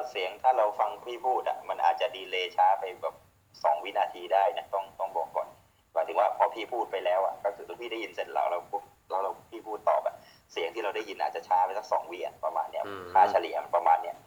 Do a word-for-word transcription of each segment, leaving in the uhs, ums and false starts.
เสียงถ้าเราฟังพี่พูดอ่ะมันอาจจะดีเลย์ช้าไปแบบสองวินาทีได้นะต้องต้องบอกก่อนหมายถึงว่าพอพี่พูดไปแล้วอ่ะก็คือพี่ได้ยินเสร็จแล้วเราปุ๊บแล้วเราพี่พูดตอบอ่ะเสียงที่เราได้ยินอาจจะช้าไปสักสองวิอ่ะประมาณเนี้ยอืมค่าเฉลี่ยประมาณเนี้ย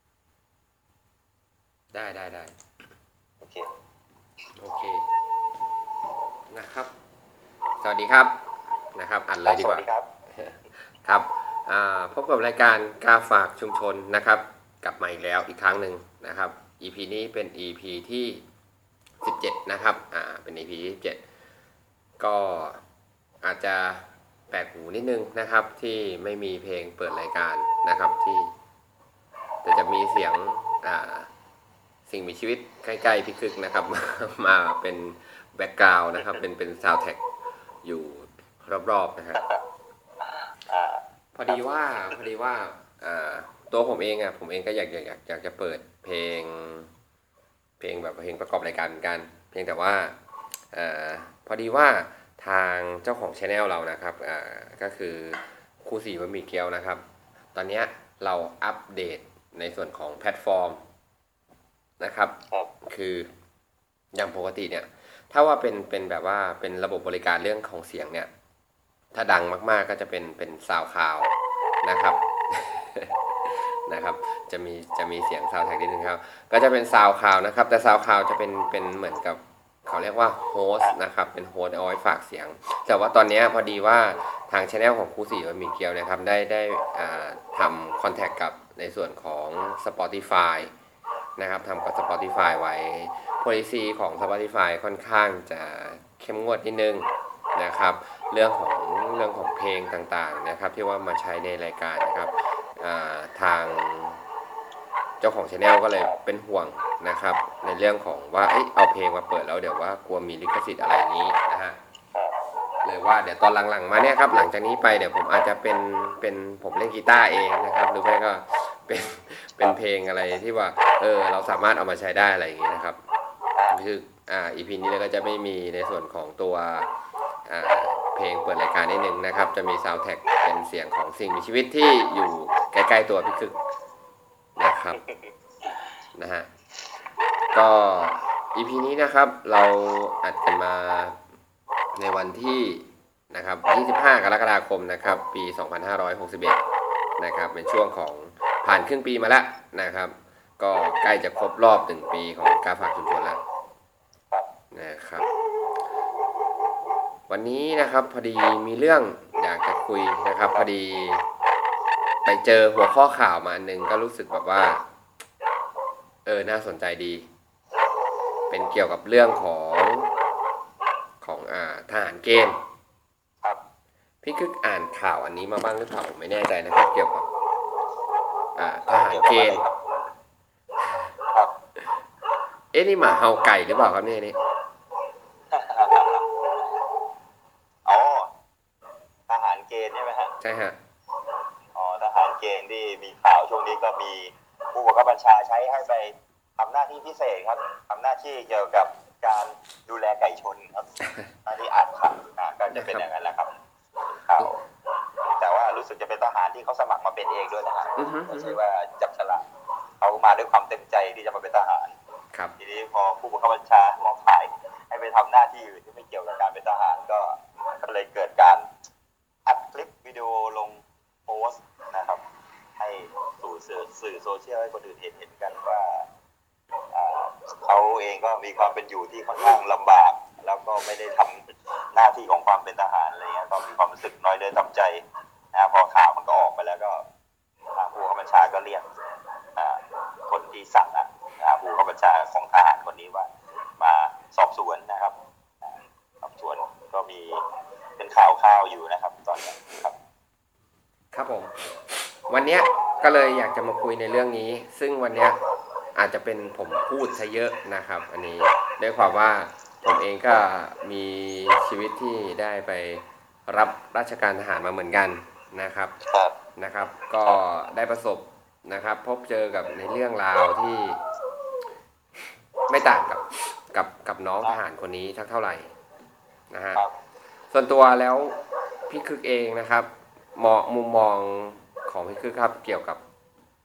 ได้ได้ได้โอเคโอเคนะครับสวัสดีครับนะครับอัดเลยดีกว่าสวัสดีครับครับอ่าพบกับรายการกาฝากชุมชนนะครับกลับมาอีกแล้วอีกครั้งหนึ่งนะครับ อี พี นี้เป็น อี พี ที่สิบเจ็ดนะครับอ่าเป็น อี พี ที่สิบเจ็ดก็อาจจะแปลกหูนิดนึงนะครับที่ไม่มีเพลงเปิดรายการนะครับที่แต่จะมีเสียงอ่าสิ่งมีชีวิตใกล้ๆพี่คึกนะครับ มาเป็นแบ็กกราวน์นะครับเป็นเป็นซาวด์แทร็กอยู่รอบๆนะฮะพอดีว่าพอดีว่าอ่าตัวผมเองอ่ะผมเองก็อยากอยากอยากอยากจะเปิดเพลงเพลงแบบเพลงประกอบรายการเหมือนกันเพียงแต่ว่าอ่าพอดีว่าทางเจ้าของช anel เรานะครับอ่าก็คือครูสีบะหมี่เกี๊ยวนะครับตอนเนี้ยเราอัปเดตในส่วนของแพลตฟอร์มนะครับคืออย่างปกติเนี่ยถ้าว่าเป็นเป็นแบบว่าเป็นระบบบริการเรื่องของเสียงเนี่ยถ้าดังมากๆก็จะเป็นเป็นซาวคลาวนะครับ นะครับจะมีจะมีเสียงซาวแท็กนิดนึงครับก็จะเป็นซาวคลาวนะครับแต่ซาวคลาวจะเป็นเป็นเหมือนกับเขาเรียกว่าโฮสต์นะครับเป็นโฮสต์เอาไว้ฝากเสียงแต่ว่าตอนนี้พอดีว่าทางช anel ของครูสีบะหมี่เกี๊ยวนะครับได้ได้อ่าทำคอนแทคกับในส่วนของ Spotify นะครับทำกับ Spotify ไว้ policy ของ Spotify ค่อนข้างจะเข้มงวดนิดนึงนะครับเรื่องของเรื่องของเพลงต่างๆนะครับที่ว่ามาใช้ในรายการนะครับทางเจ้าของ channel ก็เลยเป็นห่วงนะครับในเรื่องของว่า เอ้ยเอาเพลงมาเปิดแล้วเดี๋ยวว่ากลัวมีลิขสิทธิ์อะไรอย่างนี้นะฮะเลยว่าเดี๋ยวตอนหลังๆมาเนี่ยครับหลังจากนี้ไปเดี๋ยวผมอาจจะเป็นเป็นผมเล่นกีตาร์เองนะครับหรือไม่ก็เป็นเป็นเพลงอะไรที่ว่าเออเราสามารถเอามาใช้ได้อะไรอย่างนี้นะครับคืออ่า อี พี นี้เราก็จะไม่มีในส่วนของตัวอ่าเพลงเปิดรายการนิดนึงนะครับจะมีซาวด์แทร็กเป็นเสียงของสิ่งมีชีวิตที่อยู่ใกล้ๆตัวพี่คึกนะครับนะฮะก็ อี พี นี้นะครับเราอัดกันมาในวันที่นะครับยี่สิบห้ากรกฎาคมนะครับปีสองพันห้าร้อยหกสิบเอ็ดนะครับเป็นช่วงของผ่านครึ่งปีมาแล้วนะครับก็ใกล้จะครบรอบหนึ่งปีของการฝากชุมชนแล้วนะครับวันนี้นะครับพอดีมีเรื่องอยากจะคุยนะครับพอดีไปเจอหัวข้อข่าวมาหนึ่งก็รู้สึกแบบว่าเออน่าสนใจดีเป็นเกี่ยวกับเรื่องของของอ่าทหารเกณฑ์พี่คึกอ่านข่าวอันนี้มาบ้างหรือเปล่าผมไม่แน่ใจนะครับเกี่ยวกับอ่าทหารเกณฑ์เอ๊ะนี่หมาเห่าไก่หรือเปล่าครับเนี่ยนี่อ๋อทหารเกณฑ์ใช่ไหมฮะใช่ฮะอ๋อทหารเกณฑ์ที่มีข่าวช่วงนี้ก็มีผู้บังคับบัญชาใช้ให้ไปทำหน้าที่พิเศษครับทำหน้าที่เกี่ยวกับการดูแลไก่ชนครับหน้าที่อ่านข่าวก็จะเป็นอย่างนั้นแหละครับข่าวแต่ว่ารู้สึกจะเป็นทหารที่เขาสมัครมาเป็นเองด้วยนะฮะไม่ใช่ว่าจับฉลากเขามาด้วยความเต็มใจที่จะมาเป็นทหารทีนี้พอผู้บังคับบัญชามองขายให้ไปทำหน้าที่อื่นที่ไม่เกี่ยวกับการเป็นทหารก็ก็เลยเกิดการอัดคลิปวิดีโอลงโพสต์นะครับให้สู่สื่อสื่อโซเชียลให้คนอื่นเห็นเห็นกันว่าเขาเองก็มีความเป็นอยู่ที่ค่อนข้างลำบากแล้วก็ไม่ได้ทำหน้าที่ของความเป็นทหารอะไรเงี้ยก็มีความรู้สึกน้อยเนื้อต่ำใจนะพอข่าวมันก็ออกไปแล้วก็ทางผู้บังคับบัญชาก็เรียกคนที่สั่งนะผู้บังคับบัญชาของทหารคนนี้ว่ามาสอบสวนนะครับสอบสวนก็มีเป็นข่าวข่าวอยู่นะครับตอนนี้ครับครับผมวันนี้ก็เลยอยากจะมาคุยในเรื่องนี้ซึ่งวันนี้อาจจะเป็นผมพูดซะเยอะนะครับอันนี้ด้วยความว่าผมเองก็มีชีวิตที่ได้ไปรับราชการทหารมาเหมือนกันนะครับนะครับก็ได้ประสบนะครับพบเจอกับในเรื่องราวที่ไม่ต่างกับกับกับน้องทหารคนนี้สักเท่าไหร่นะฮะส่วนตัวแล้วพี่คึกเองนะครับมองมุมมองของพี่คึกครับเกี่ยวกับทหาร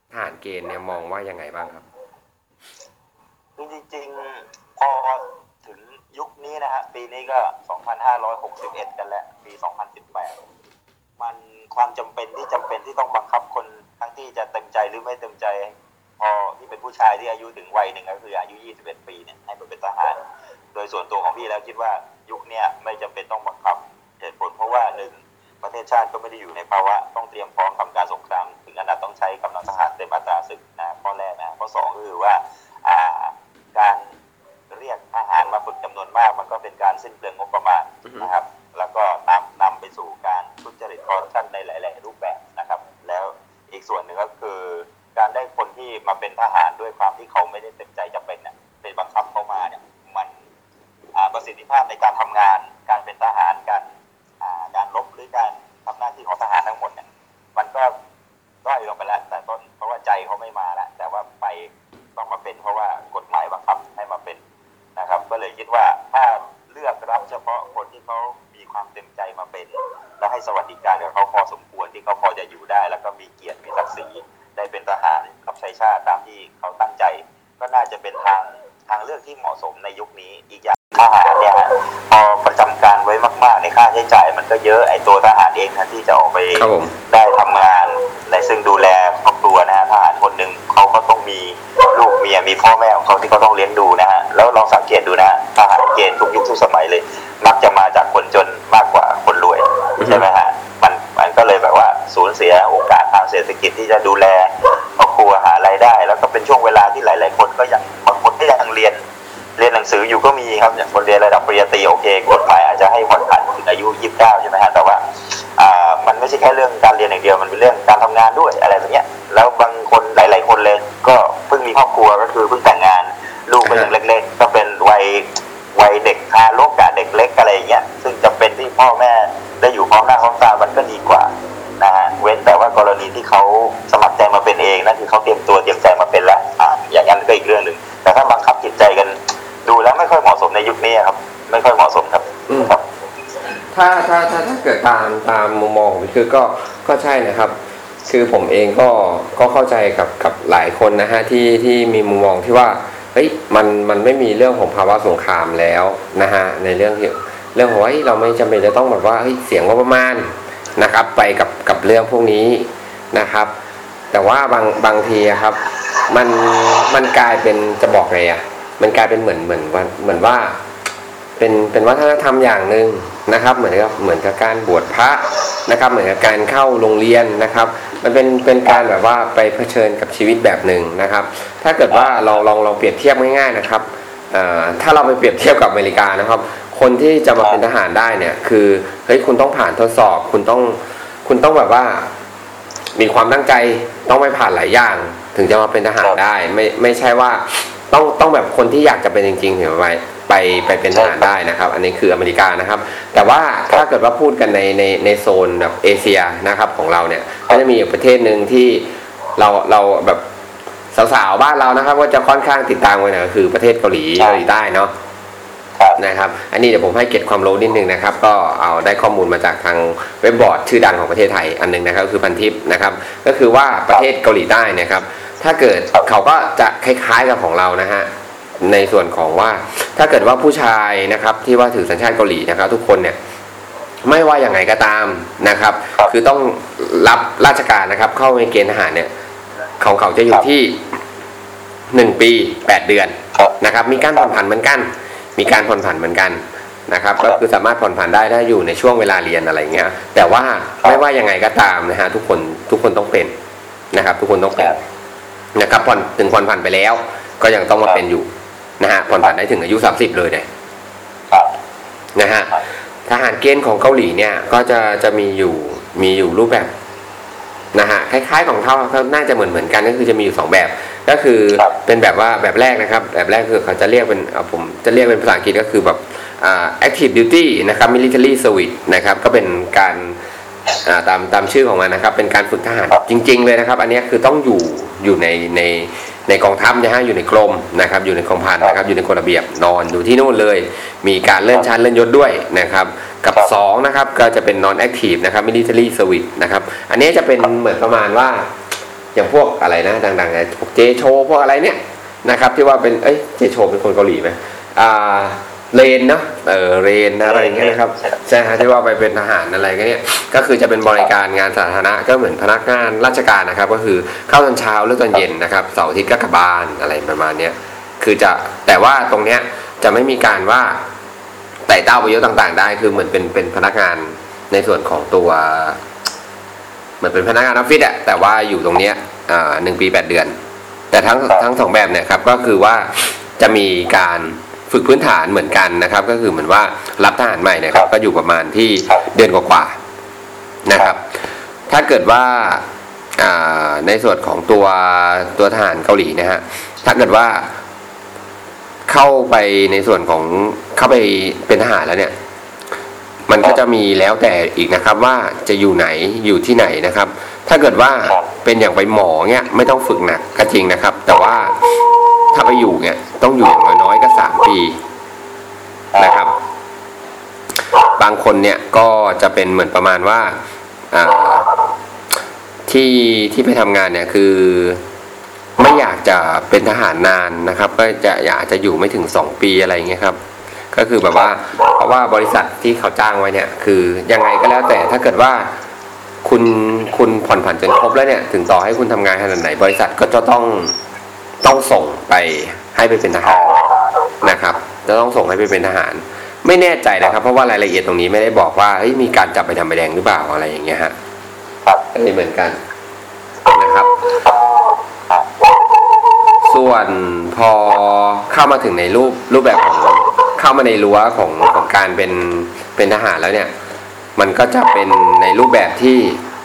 เกณฑ์เนี่ยมองว่ายังไงบ้างครับจริงๆพอถึงยุคนี้นะฮะปีนี้ก็สองพันห้าร้อยหกสิบเอ็ดกันแล้วปีสองพันสิบแปดมันความจำเป็นที่จำเป็นที่ต้องบังคับคนทั้งที่จะเต็มใจหรือไม่เต็มใจพอที่เป็นผู้ชายที่อายุถึงวัยหนึ่งก็คืออายุยี่สิบเอ็ดปีเนี่ยให้มาเป็นทหารโดยส่วนตัวของพี่แล้วคิดว่ายุคนี้ไม่จำเป็นต้องบังคับเหตุผลเพราะว่าหนึ่งประเทศชาติก็ไม่ได้อยู่ในภาวะต้องเตรียมพร้อมทำการสงครามถึงขนาดต้องใช้กำลังทหารเต็มอัตราศึกนะข้อแรกนะข้อสองก็คือว่าการเรียกทหารมาฝึกจำนวนมากมันก็เป็นการสิ้นเปลืองงบประมาณนะครับแล้วก็นำนำไปสู่การทุจริตคอร์รัปชันในหลายๆรูปแบบนะครับแล้วอีกส่วนหนึ่งก็คือการได้คนที่มาเป็นทหารด้วยความที่เขาไม่ได้เต็มใจจะเป็นเนี่ยเป็นบังคับเขามาเนี่ยมันประสิทธิภาพในการทำงานการเป็นทหารการการรบหรือการทำหน้าที่ของทหารทั้งหมดเนี่ยมันก็ด้อยลงไปแล้วแต่ต้นเพราะว่าใจเขาไม่มาแล้วแต่ว่าไปต้องมาเป็นเพราะว่ากฎหมายบังคับให้มาเป็นนะครับก็เลยคิดว่าถ้าเลือกรับเฉพาะคนที่เขามีความเต็มใจมาเป็นและให้สวัสดิการกับเขาพอสมควรที่เขาพอจะอยู่ได้แล้วก็มีเกียรติมีศักดิ์ศรีได้เป็นทหารรับใช้ชาติตามที่เขาตั้งใจก็น่าจะเป็นทางทางเลือกที่เหมาะสมในยุคนี้อีกอย่างทหารเนี่ยพอประจำการไว้มากๆในค่าใช้จ่ายมันก็เยอะไอ้ตัวทหารเองนะที่จะออกไปได้ทำงานในซึ่งดูแลครอบครัวนะฮะทหารคนหนึ่งเขาก็ต้องมีลูกเมียมีพ่อแม่ของเขาที่เขาต้องเลี้ยงดูนะฮะแล้วลองสังเกตดูนะฮะทหารเกณฑ์ทุกยุคทุกสมัยเลยมักจะมาจากคนจนมากกว่าคนรวยใช่ไหมฮะมันมันก็เลยแบบว่าสูญเสียโอกาสทางเศรษฐกิจที่จะดูแลครอบครัวหารายได้แล้วก็เป็นช่วงเวลาที่หลายๆคนก็ยังบางคนที่ยังเรียนเรียนหนังสืออยู่ก็มีครับอย่างคนเรียนระดับปริญญาตรีโอเคกฎหมายอาจจะให้ผ่อนผันถึงอายุยี่สิบเก้าใช่ไหมฮะแต่ว่าอ่ามันไม่ใช่แค่เรื่องการเรียนอย่างเดียวมันเป็นเรื่องการทำงานด้วยอะไรแบบนี้แล้วบางคนหลายๆคนเลยก็เพิ่งมีครอบครัวก็คือเพิ่งแต่งงานลูกก็ยังเล็กๆก็เป็นวัยวัยเด็กทารกกับเด็กเล็กอะไรอย่างเงี้ยซึ่งจำเป็นที่พ่อแม่ได้อยู่พร้อมหน้าพร้อมตามันก็ดีกว่านะฮะเว้นแต่ว่ากรณีที่เขาสมัครใจมาเป็นเองนั่นคือเขาเตรียมตัวเตรียมใจมาเป็นแล้วอ่าอย่างนั้นก็อีกเรื่องหนึ่งแต่ถ้าบังคับจิตใจกันดูแล้วไม่ค่อยเหมาะสมในยุคนี้ครับไม่ค่อยเหมาะสมครับครับถ้าถ้าถ้าถ้าเกิดตามตามมุมมองของพี่คือก็ก็ใช่นะครับคือผมเองก็ก็เข้าใจกับกับหลายคนนะฮะที่ที่มีมุมมองที่ว่าเฮ้ยมันมันไม่มีเรื่องของภาวะสงครามแล้วนะฮะในเรื่องที่เรื่องของว่าเราไม่จำเป็นจะต้องแบบว่าเฮ้ยเสียงงบประมาณนะครับไปกับกับเรื่องพวกนี้นะครับแต่ว่าบางบางทีครับมันมันกลายเป็นจะบอกไงอ่ะมันกลายเป็นเหมือนเหมือนว่าเหมือนว่าเป็นเป็นวัฒนธรรมอย่างหนึ่งนะครับเหมือนกับเหมือนกับการบวชพระนะครับเหมือนกับการเข้าโรงเรียนนะครับมันเป็นเป็นการแบบว่าไปเผชิญกับชีวิตแบบหนึ่งนะครับถ้าเกิดว่าเราลองลองเปรียบเทียบง่ายๆนะครับถ้าเราไปเปรียบเทียบกับอเมริกานะครับคนที่จะมาเป็นทหารได้เนี่ยคือเฮ้ยคุณต้องผ่านทดสอบคุณต้องคุณต้องแบบว่ามีความตั้งใจต้องไม่ผ่านหลายอย่างถึงจะมาเป็นทหารได้ไม่ไม่ใช่ว่าต้องต้องแบบคนที่อยากจะเป็นจริงๆถึงไปไปไปเป็นทหารได้นะครับอันนี้คืออเมริกานะครับแต่ว่าถ้าเกิดว่าพูดกันในในในโซนแบบเอเชียนะครับของเราเนี่ยก็จะมีอยู่ประเทศหนึ่งที่เราเราแบบสาวๆบ้านเรานะครับก็จะค่อนข้างติดตามไว้นะคือประเทศเกาหลีเกาหลีใต้เนาะนะครับอันนี้เดี๋ยวผมให้เก็บความรู้นิดนึงนะครับก็เอาได้ข้อมูลมาจากทางเว็บบอร์ดชื่อดังของประเทศไทยอันนึงนะครับคือพันทิปนะครับก็คือว่าประเทศเกาหลีใต้เนี่ยครับถ้าเกิดเขาก็จะคล้ายๆกับของเรานะฮะในส่วนของว่าถ้าเกิดว่าผู้ชายนะครับที่ว่าถือสัญชาติเกาหลีนะครับทุกคนเนี่ยไม่ว่าอย่างไรก็ตามนะครับคือต้องรับราชการนะครับเข้าในเกณฑ์ทหารเนี่ยของเขาจะอยู่ที่หนึ่งปีแปดเดือนนะครับมีการผ่อนผันเหมือนกันมีการผ่อนผันเหมือนกันนะครับก็คือสามารถผ่อนผันได้ถ้าอยู่ในช่วงเวลาเรียนอะไรเงี้ยแต่ว่าไม่ว่ายังไงก็ตามนะฮะทุกคนทุกคนต้องเป็นนะครับทุกคนต้องเป็นนะครับผ่อนถึงผ่อนผันไปแล้วก็ยังต้องมาเป็นอยู่นะฮะผ่อนผันได้ถึงอายุสามสิบเลยเนี่ยนะฮะทหารเกณฑ์ของเกาหลีเนี่ยก็จะจะมีอยู่มีอยู่รูปแบบนะฮะคล้ายๆของเขาเขาน่าจะเหมือนเหมือนกันก็คือจะมีอยู่สองแบบก็คือเป็นแบบว่าแบบแรกนะครับแบบแรกคือเขาจะเรียกเป็นผมจะเรียกเป็นภาษาอังกฤษก็คือแบบอ่า active duty นะครับ military service นะครับก็เป็นการอ่าตามตามชื่อของมันนะครับเป็นการฝึกทหารจริงๆเลยนะครับอันนี้คือต้องอยู่อยู่ในในในกองทัพนะฮะอยู่ในกรมนะครับอยู่ในกองพันนะครับอยู่ในกฎระเบียบนอนอยู่ที่นู่นเลยมีการเลื่อนชั้นเลื่อนยศด้วยนะครับกับสองนะครับก็จะเป็น non active นะครับ military service นะครับอันนี้จะเป็นเหมือนประมาณว่าอย่างพวกอะไรนะดังๆไงพวกเจโชพวกอะไรเนี่ยนะครับที่ว่าเป็นเอ้ยเจโชเป็นคนเกาหลีไหมอ่าเรนเนาะเออเรนอะไรอย่างเงี้ยนะครับใช่ฮะที่ว่าไปเป็นทหารอะไรก็เนี่ยก็คือจะเป็นบริการงานสาธารณะก็เหมือนพนักงานราชการนะครับก็คือเข้าตอนเช้าหรือตอนเย็นนะครับเสาร์อาทิตย์ก็กลับบ้านอะไรประมาณเนี้ยคือจะแต่ว่าตรงเนี้ยจะไม่มีการว่าไต่เต้าประโยชน์ต่างๆได้คือเหมือนเป็นเป็นพนักงานในส่วนของตัวเหมือนเป็นพนักงานออฟฟิศอะแต่ว่าอยู่ตรงเนี้ยอ่าหนึ่งปีแปดเดือนแต่ทั้งทั้งสองแบบเนี่ยครับก็คือว่าจะมีการฝึกพื้นฐานเหมือนกันนะครับก็คือเหมือนว่ารับทหารใหม่นะครับก็อยู่ประมาณที่เดือนกว่าๆนะครับถ้าเกิดว่าในส่วนของตัวตัวทหารเกาหลีนะฮะถ้าเกิดว่าเข้าไปในส่วนของเข้าไปเป็นทหารแล้วเนี่ยมันก็จะมีแล้วแต่อีกนะครับว่าจะอยู่ไหนอยู่ที่ไหนนะครับถ้าเกิดว่าเป็นอย่างไปหมอเนี่ยไม่ต้องฝึกหนักก็จริงนะครับแต่ว่าถ้าไปอยู่เนี่ยต้องอยู่อย่างน้อยๆก็สามปีนะครับบางคนเนี่ยก็จะเป็นเหมือนประมาณว่าที่ที่ไปทำงานเนี่ยคือไม่อยากจะเป็นทหารนานนะครับก็จะอยากจะอยู่ไม่ถึงสองปีอะไรอย่างเงี้ยครับก็คือแบบว่าเพราะว่าบริษัทที่เขาจ้างไว้เนี่ยคือยังไงก็แล้วแต่ถ้าเกิดว่าคุณคุณผ่อนผันจนครบแล้วเนี่ยถึงต่อให้คุณทำงานขนาดไหนบริษัทก็จะต้องต้องส่งไปให้ไปเป็นทหารนะครับจะต้องส่งให้ไปเป็นทหารไม่แน่ใจนะครับเพราะว่ารายละเอียดตรงนี้ไม่ได้บอกว่าเฮ้ยมีการจับไปทำใบแดงหรือเปล่าอะไรอย่างเงี้ยฮะก็เลยเหมือนกันนะครับส่วนพอเข้ามาถึงในรูปรูปแบบของเข้ามาในรั้วของของการเป็นเป็นทหารแล้วเนี่ยมันก็จะเป็นในรูปแบบที่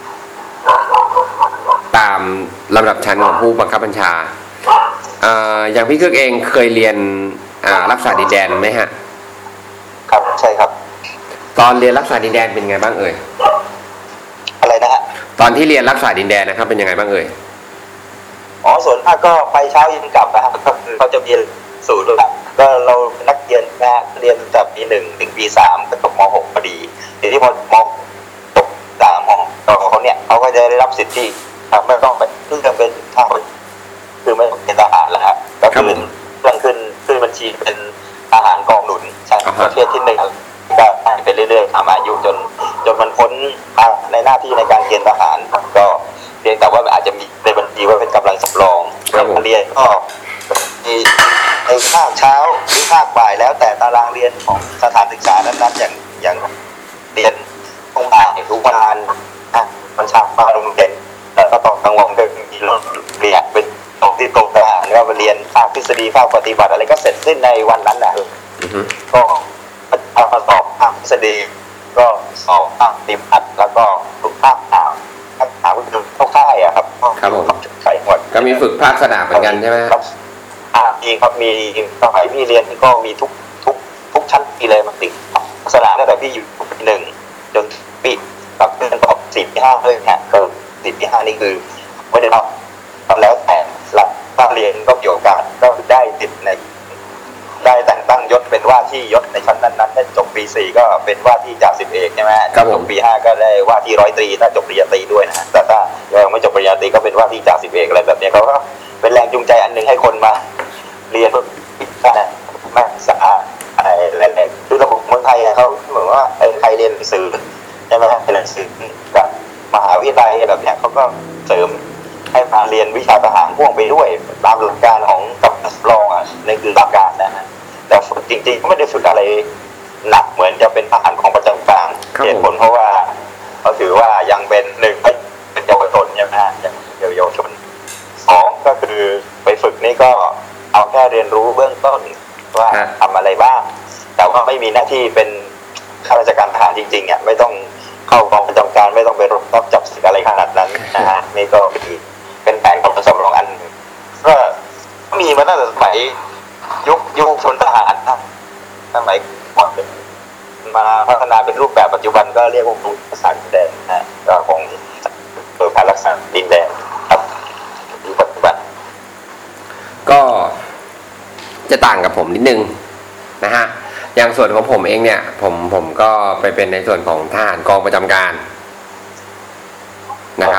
ตามลำดับชั้นของผู้บังคับบัญชาอ่าอย่างพี่คึกเองเคยเรียนอ่ารักษาดินแดนไหมฮะครับใช่ครับตอนเรียนรักษาดินแดนเป็นไงบ้างเอ่ยอะไรนะฮะตอนที่เรียนรักษาดินแดนนะครับเป็นยังไงบ้างเอ่ยอ๋อส่วนมากก็ไปเช้าเย็นกลับนะครับก็คือเขาจะมีสูตรด้วยก็เรานักเรียนนะเรียนจากปีหนึ่งถึงปีสามก็จบมหกพอดีทีนี้พอมจบสามมเขาเนี่ยเขาก็จะได้รับสิทธิไม่ต้องไปเรื่องเป็นทหารคือไม่ต้องเป็นทหารแล้วครับก็คือเรื่องขึ้นขึ้นบัญชีเป็นทหารกองหนุนใช่ประเภทที่หนึ่งก็ไปเรื่อยๆตามอายุจนจนมันพ้นในหน้าที่ในการเกณฑ์ทหารก็เพียงแต่ว่าอาจจะมีในบัญชีว่าเป็นกำลังสำรองเรียนก็มีในภาคเช้าหรือภาคบ่ายแล้วแต่ตารางเรียนของสถานศึกษานั้นๆอย่างอย่างเรียนต้องมาทุกวันมันชามาโรงเรียนแต่ก็ต้องกังวลก็มีรถเรียนเป็นตรงที่ตรงทหารก็ไปเรียนภาคทฤษฎีภาคปฏิบัติอะไรก็เสร็จสิ้นในวันนั้นแหละก็เอามาสอบภาคทฤษฎีก็สอบภาคปฏิบัติแล้วก็ทุกภาคถามภาคถามก็คือเข้าค่ายอะครับครับผมใส่หมดก็มีฝึกภาคสนามเหมือนกันใช่ไหมครับมีครับมีสมัยพี่เรียนก็มีทุกทุกทุกชั้นปีเลยมันติดสนามตั้งแต่พี่อยู่ปีหนึ่งจนปีกับเดือนต่อสี่ปีห้าเลยเนี่ยก็สี่ปีห้านี่คือไม่ได้รับแล้วแต่หลักการเรียนก็เกี่ยวกับก็ได้ติดในได้แต่งตั้งยศเป็นว่าที่ยศในชั้นนั้นๆได้จบปีสี่ก็เป็นว่าที่จ่าสิบเอกใช่ไหมจบปีห้าก็ได้ว่าที่ร้อยตรีถ้าจบปริญญาตรีด้วยนะแต่ถ้ายังไม่จบปริญญาตรีก็เป็นว่าที่จ่าสิบเอกอะไรแบบนี้เขาก็เป็นแรงจูงใจอันหนึ่งให้คนมาเรียนนะมาสาอะไรอะไรคือระบบเมืองไทยเขาเหมือนว่าใครเรียนหนังสือใช่ไหมเรียนหนังสือกับมหาวิทยาลัยแบบนี้เขาก็เสริมให้มาเรียนวิชาทหารพ่วงไปด้วยตามหลักการของกับรองอ่ะในคือหลักการนะฮะแต่ฝึกจริงๆก็ไม่ได้ฝึกอะไรหนักเหมือนจะเป็นทหารของประจำการเหตุผลเพราะว่าเขาถือว่ายังเป็นหนึ่งเป็นเยาวชนใช่ไหมยังเยาวชนสองก็คือไปฝึกนี่ก็เอาแค่เรียนรู้เบื้องต้นว่าทำอะไรบ้างแต่ว่าไม่มีหน้าที่เป็นข้าราชการทหารจริงๆอ่ะไม่ต้องเข้ากองประจำการไม่ต้องไปรบรับจับศึกอะไรขนาดนั้นนะฮะนี่ก็เป็นแผนของสำรองอันก็มีมาตั้งแต่สมัยยุคยุคชนทหารสมัยก่อนมาพัฒนาเป็นรูปแบบปัจจุบันก็เรียกว่าผู้รักษาดินแดนนะก็ของเปิดการรักษาดินแดนครับอยู่ปัจจุบันก็จะต่างกับผมนิดนึงนะฮะอย่างส่วนของผมเองเนี่ยผมผมก็ไปเป็นในส่วนของทหารกองประจำการนะครับก็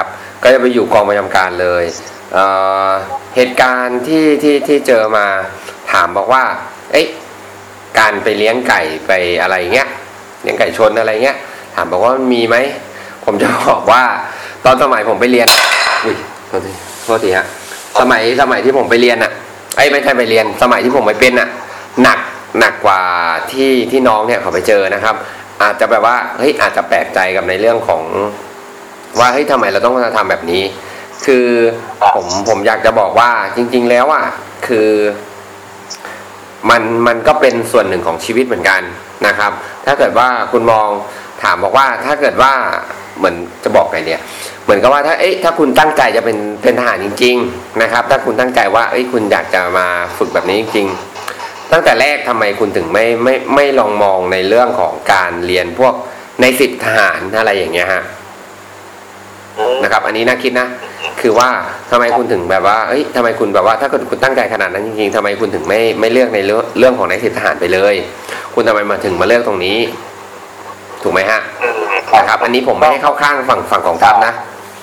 ก็จะไปอยู่กองประจำการเลยเอ่อเหตุการณ์ที่ที่ที่เจอมาถามบอกว่าเอ๊ะการไปเลี้ยงไก่ไปอะไรเงี้ยเลี้ยงไก่ชนอะไรเงี้ยถามบอกว่ามันมีไหมผมจะบอกว่าตอนสมัยผมไปเรียนอุ้ยโทษทีโทษทีฮะสมัยสมัยที่ผมไปเรียนอ่ะไอ้ไม่ใช่ไปเรียนสมัยที่ผมไปเป็นอ่ะหนักหนักกว่าที่ที่น้องเนี่ยเขาไปเจอนะครับอาจจะแบบว่าเฮ้ยอาจจะแปลกใจกับในเรื่องของว่าเฮ้ยทำไมเราต้องทำแบบนี้คือผมผมอยากจะบอกว่าจริงๆแล้วอ่ะคือมันมันก็เป็นส่วนหนึ่งของชีวิตเหมือนกันนะครับถ้าเกิดว่าคุณมองถามบอกว่าถ้าเกิดว่าเหมือนจะบอกไงเนี่ยเหมือนกับว่าถ้าเอ๊ะถ้าคุณตั้งใจจะเป็นเป็นทหารจริงๆนะครับถ้าคุณตั้งใจว่าเอ้ยคุณอยากจะมาฝึกแบบนี้จริงๆตั้งแต่แรกทำไมคุณถึงไม่ไม่ไม่ลองมองในเรื่องของการเรียนพวกในสิทธิทหารอะไรอย่างเงี้ยฮะนะครับอันนี้น่าคิดนะคือว่าทำไมคุณถึงแบบว่าเอ้ยทำไมคุณแบบว่าถ้าเกิดคุณตั้งใจขนาดนั้นจริงๆทำไมคุณถึงไม่ไม่เลือกในเรื่องเรื่องของในสิทธิทหารไปเลยคุณทำไมมาถึงมาเลือกตรงนี้ถูกไหมฮะนะครับอันนี้ผมไม่ได้เข้าข้างฝั่งฝั่งของทัพนะ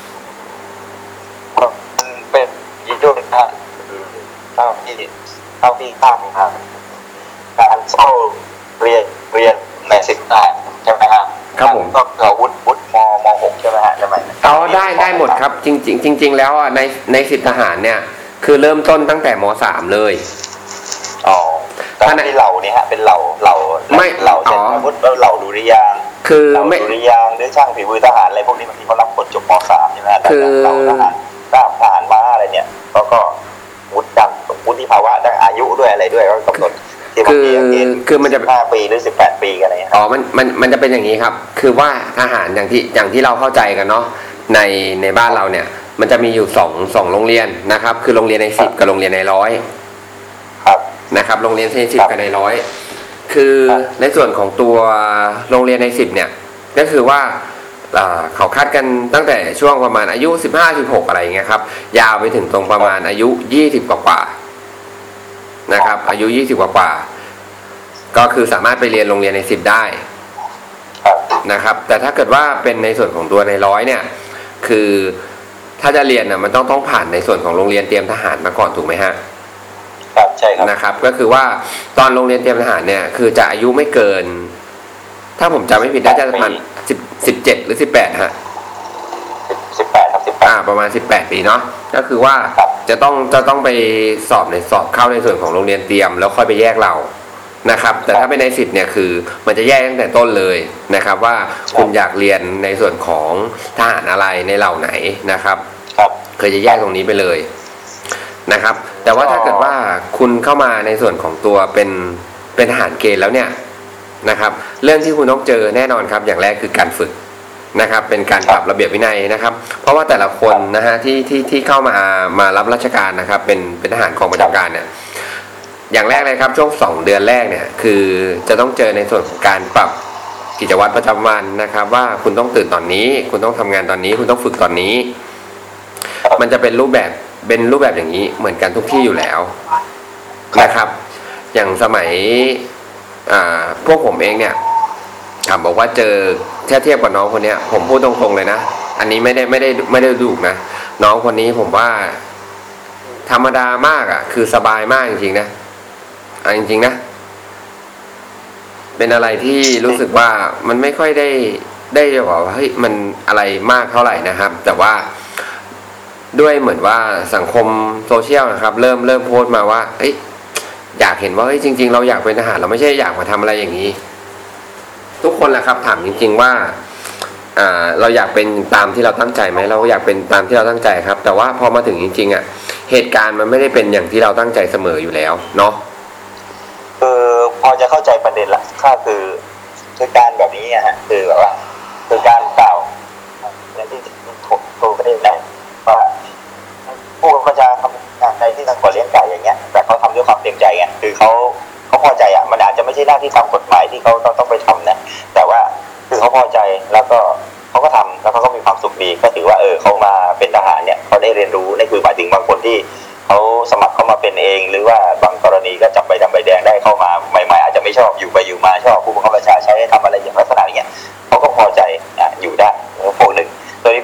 มันเป็นยิ่งด้วยนะเท่าที่เท่าที่ทราบนะครับการเข้าเรียนเรียนในสิทธิทหารใช่ไหมฮะครับผมก็เอาวุฒิวุฒิมมหกใช่ไหมฮะใช่ไหมเอาได้ได้หมดครับจริงจริงจริงๆแล้วอ่ะในในสิทธิทหารเนี่ยคือเริ่มต้นตั้งแต่มสามเลยอ๋อถ้าในเหล่านี้ฮะเป็นเหล่าเหล่าไม่เหล่าเช่นสมมติเหล่าดุริยางค์คือไม่ดุริยางค์หรือช่างฝีมือทหารอะไรพวกนี้บางทีเขารับคนจบมสามใช่ไหมแต่เหล่าทหารทหารทหารม้าอะไรเนี่ยเขาก็วุฒิดังวุฒิภาวะดังอายุด้วยอะไรด้วยก็กำหนดคือคือมันจะห้าปีหรือสิบแปดปีกันอะไรอ๋อมันมันมันจะเป็นอย่างนี้ครับคือว่าทหารอย่างที่อย่างที่เราเข้าใจกันเนาะในในบ้านเราเนี่ยมันจะมีอยู่สองสองโรงเรียนนะครับคือโรงเรียนในสิบกับโรงเรียนในร้อยครับนะครับโรงเรียนในสิบกับในร้อยคือในส่วนของตัวโรงเรียนในสิบเนี่ยก็คือว่าเขาคัดกันตั้งแต่ช่วงประมาณอายุสิบห้า สิบหกอะไรอย่างเงี้ยครับยาวไปถึงตรงประมาณอายุยี่สิบกว่านะครับอายุยี่สิบกว่าก็คือสามารถไปเรียนโรงเรียนในสิบได้นะครับแต่ถ้าเกิดว่าเป็นในส่วนของตัวในร้อยเนี่ยคือถ้าจะเรียนน่ะมันต้องต้องผ่านในส่วนของโรงเรียนเตรียมทหารมาก่อนถูกไหมฮะครับใช่ครับนะครับก็คือว่าตอนโรงเรียนเตรียมทหารเนี่ยคือจะอายุไม่เกินถ้าผมจำไม่ผิดน่าจะประมาณสิบสิบเจ็ดหรือสิบแปดฮะสิบแปดครับสิบแปดอ่าประมาณสิบแปดปีเนาะก็คือว่าจะต้องจะต้องไปสอบในสอบเข้าในส่วนของโรงเรียนเตรียมแล้วค่อยไปแยกเรานะครับแต่ถ้าเป็นในสิบเนี่ยคือมันจะแยกตั้งแต่ต้นเลยนะครับว่าคุณอยากเรียนในส่วนของทหารอะไรในเหล่าไหนนะครับเคยจะแยกตรงนี้ไปเลยนะครับแต่ว่าถ้าเกิดว่าคุณเข้ามาในส่วนของตัวเป็นเป็นทหารเกณฑ์แล้วเนี่ยนะครับเรื่องที่คุณต้องเจอแน่นอนครับอย่างแรกคือการฝึกนะครับเป็นการปรับระเบียบวินัยนะครับเพราะว่าแต่ละคนนะฮะที่ที่ที่เข้ามามารับราชการนะครับเป็นเป็นทหารกองประจำการเนี่ยอย่างแรกเลยครับช่วงสองเดือนแรกเนี่ยคือจะต้องเจอในส่วนของการปรับกิจวัตรประจำวันนะครับว่าคุณต้องตื่นตอนนี้คุณต้องทำงานตอนนี้คุณต้องฝึกตอนนี้มันจะเป็นรูปแบบเป็นรูปแบบอย่างนี้เหมือนกันทุกที่อยู่แล้วนะครับอย่างสมัยพวกผมเองเนี่ยถามบอกว่าเจอแค่เทียบกับน้องคนนี้ผมพูดตรงๆเลยนะอันนี้ไม่ได้ไม่ได้ไม่ได้ดุนะน้องคนนี้ผมว่าธรรมดามากอ่ะคือสบายมากจริงๆนะอ่ะจริงๆนะเป็นอะไรที่รู้สึกว่ามันไม่ค่อยได้ได้บอกว่าเฮ้ยมันอะไรมากเท่าไหร่นะครับแต่ว่าด้วยเหมือนว่าสังคมโซเชียลนะครับเริ่มเริ่มโพสต์มาว่าเอ้ยอยากเห็นว่าเฮ้ยจริงๆเราอยากเป็นทหารเราไม่ใช่อยากมาทำอะไรอย่างนี้ทุกคนแหละครับถามจริงๆว่าอ่าเราอยากเป็นตามที่เราตั้งใจไหมเราอยากเป็นตามที่เราตั้งใจครับแต่ว่าพอมาถึงจริงๆอ่ะเหตุการณ์มันไม่ได้เป็นอย่างที่เราตั้งใจเสมออยู่แล้วเนาะคือพอจะเข้าใจประเด็นละก็คือคือการแบบนี้ฮะคือแบบว่าคือการกล่าวในที่ถูกประเด็นไหนว่าผู้บัญชาการทำงานในที่ทำก่อเลี้ยงไก่อย่างเงี้ยแต่เขาทำด้วยความเต็มใจไงคือเขาเขาพอใจอ่ะมันอาจจะไม่ใช่หน้าที่ตามกฎหมายที่เขาต้องต้องไปทำนะแต่ว่าคือเขาพอใจแล้วก็เขาก็ทำแล้วเขาก็มีความสุขดีก็ถือว่าเออเขามาเป็นทหารเนี่ยเขาได้เรียนรู้นี่คือหมายถึงบางคนที่เขาสมัครเข้ามาเป็นเองหรือว่าบางกรณีก็จับใบดำใบแดงได้เข้ามาใหม่ๆอาจจะไม่ชอบอยู่ไปอยู่มาชอบผู้บังคับบัญชาใช้ให้ทำอะไรอย่างลักษณะอย่างเงี้ยเขาก็พอใจอ่ะอยู่ได้พวกหนึ่งตัวนี้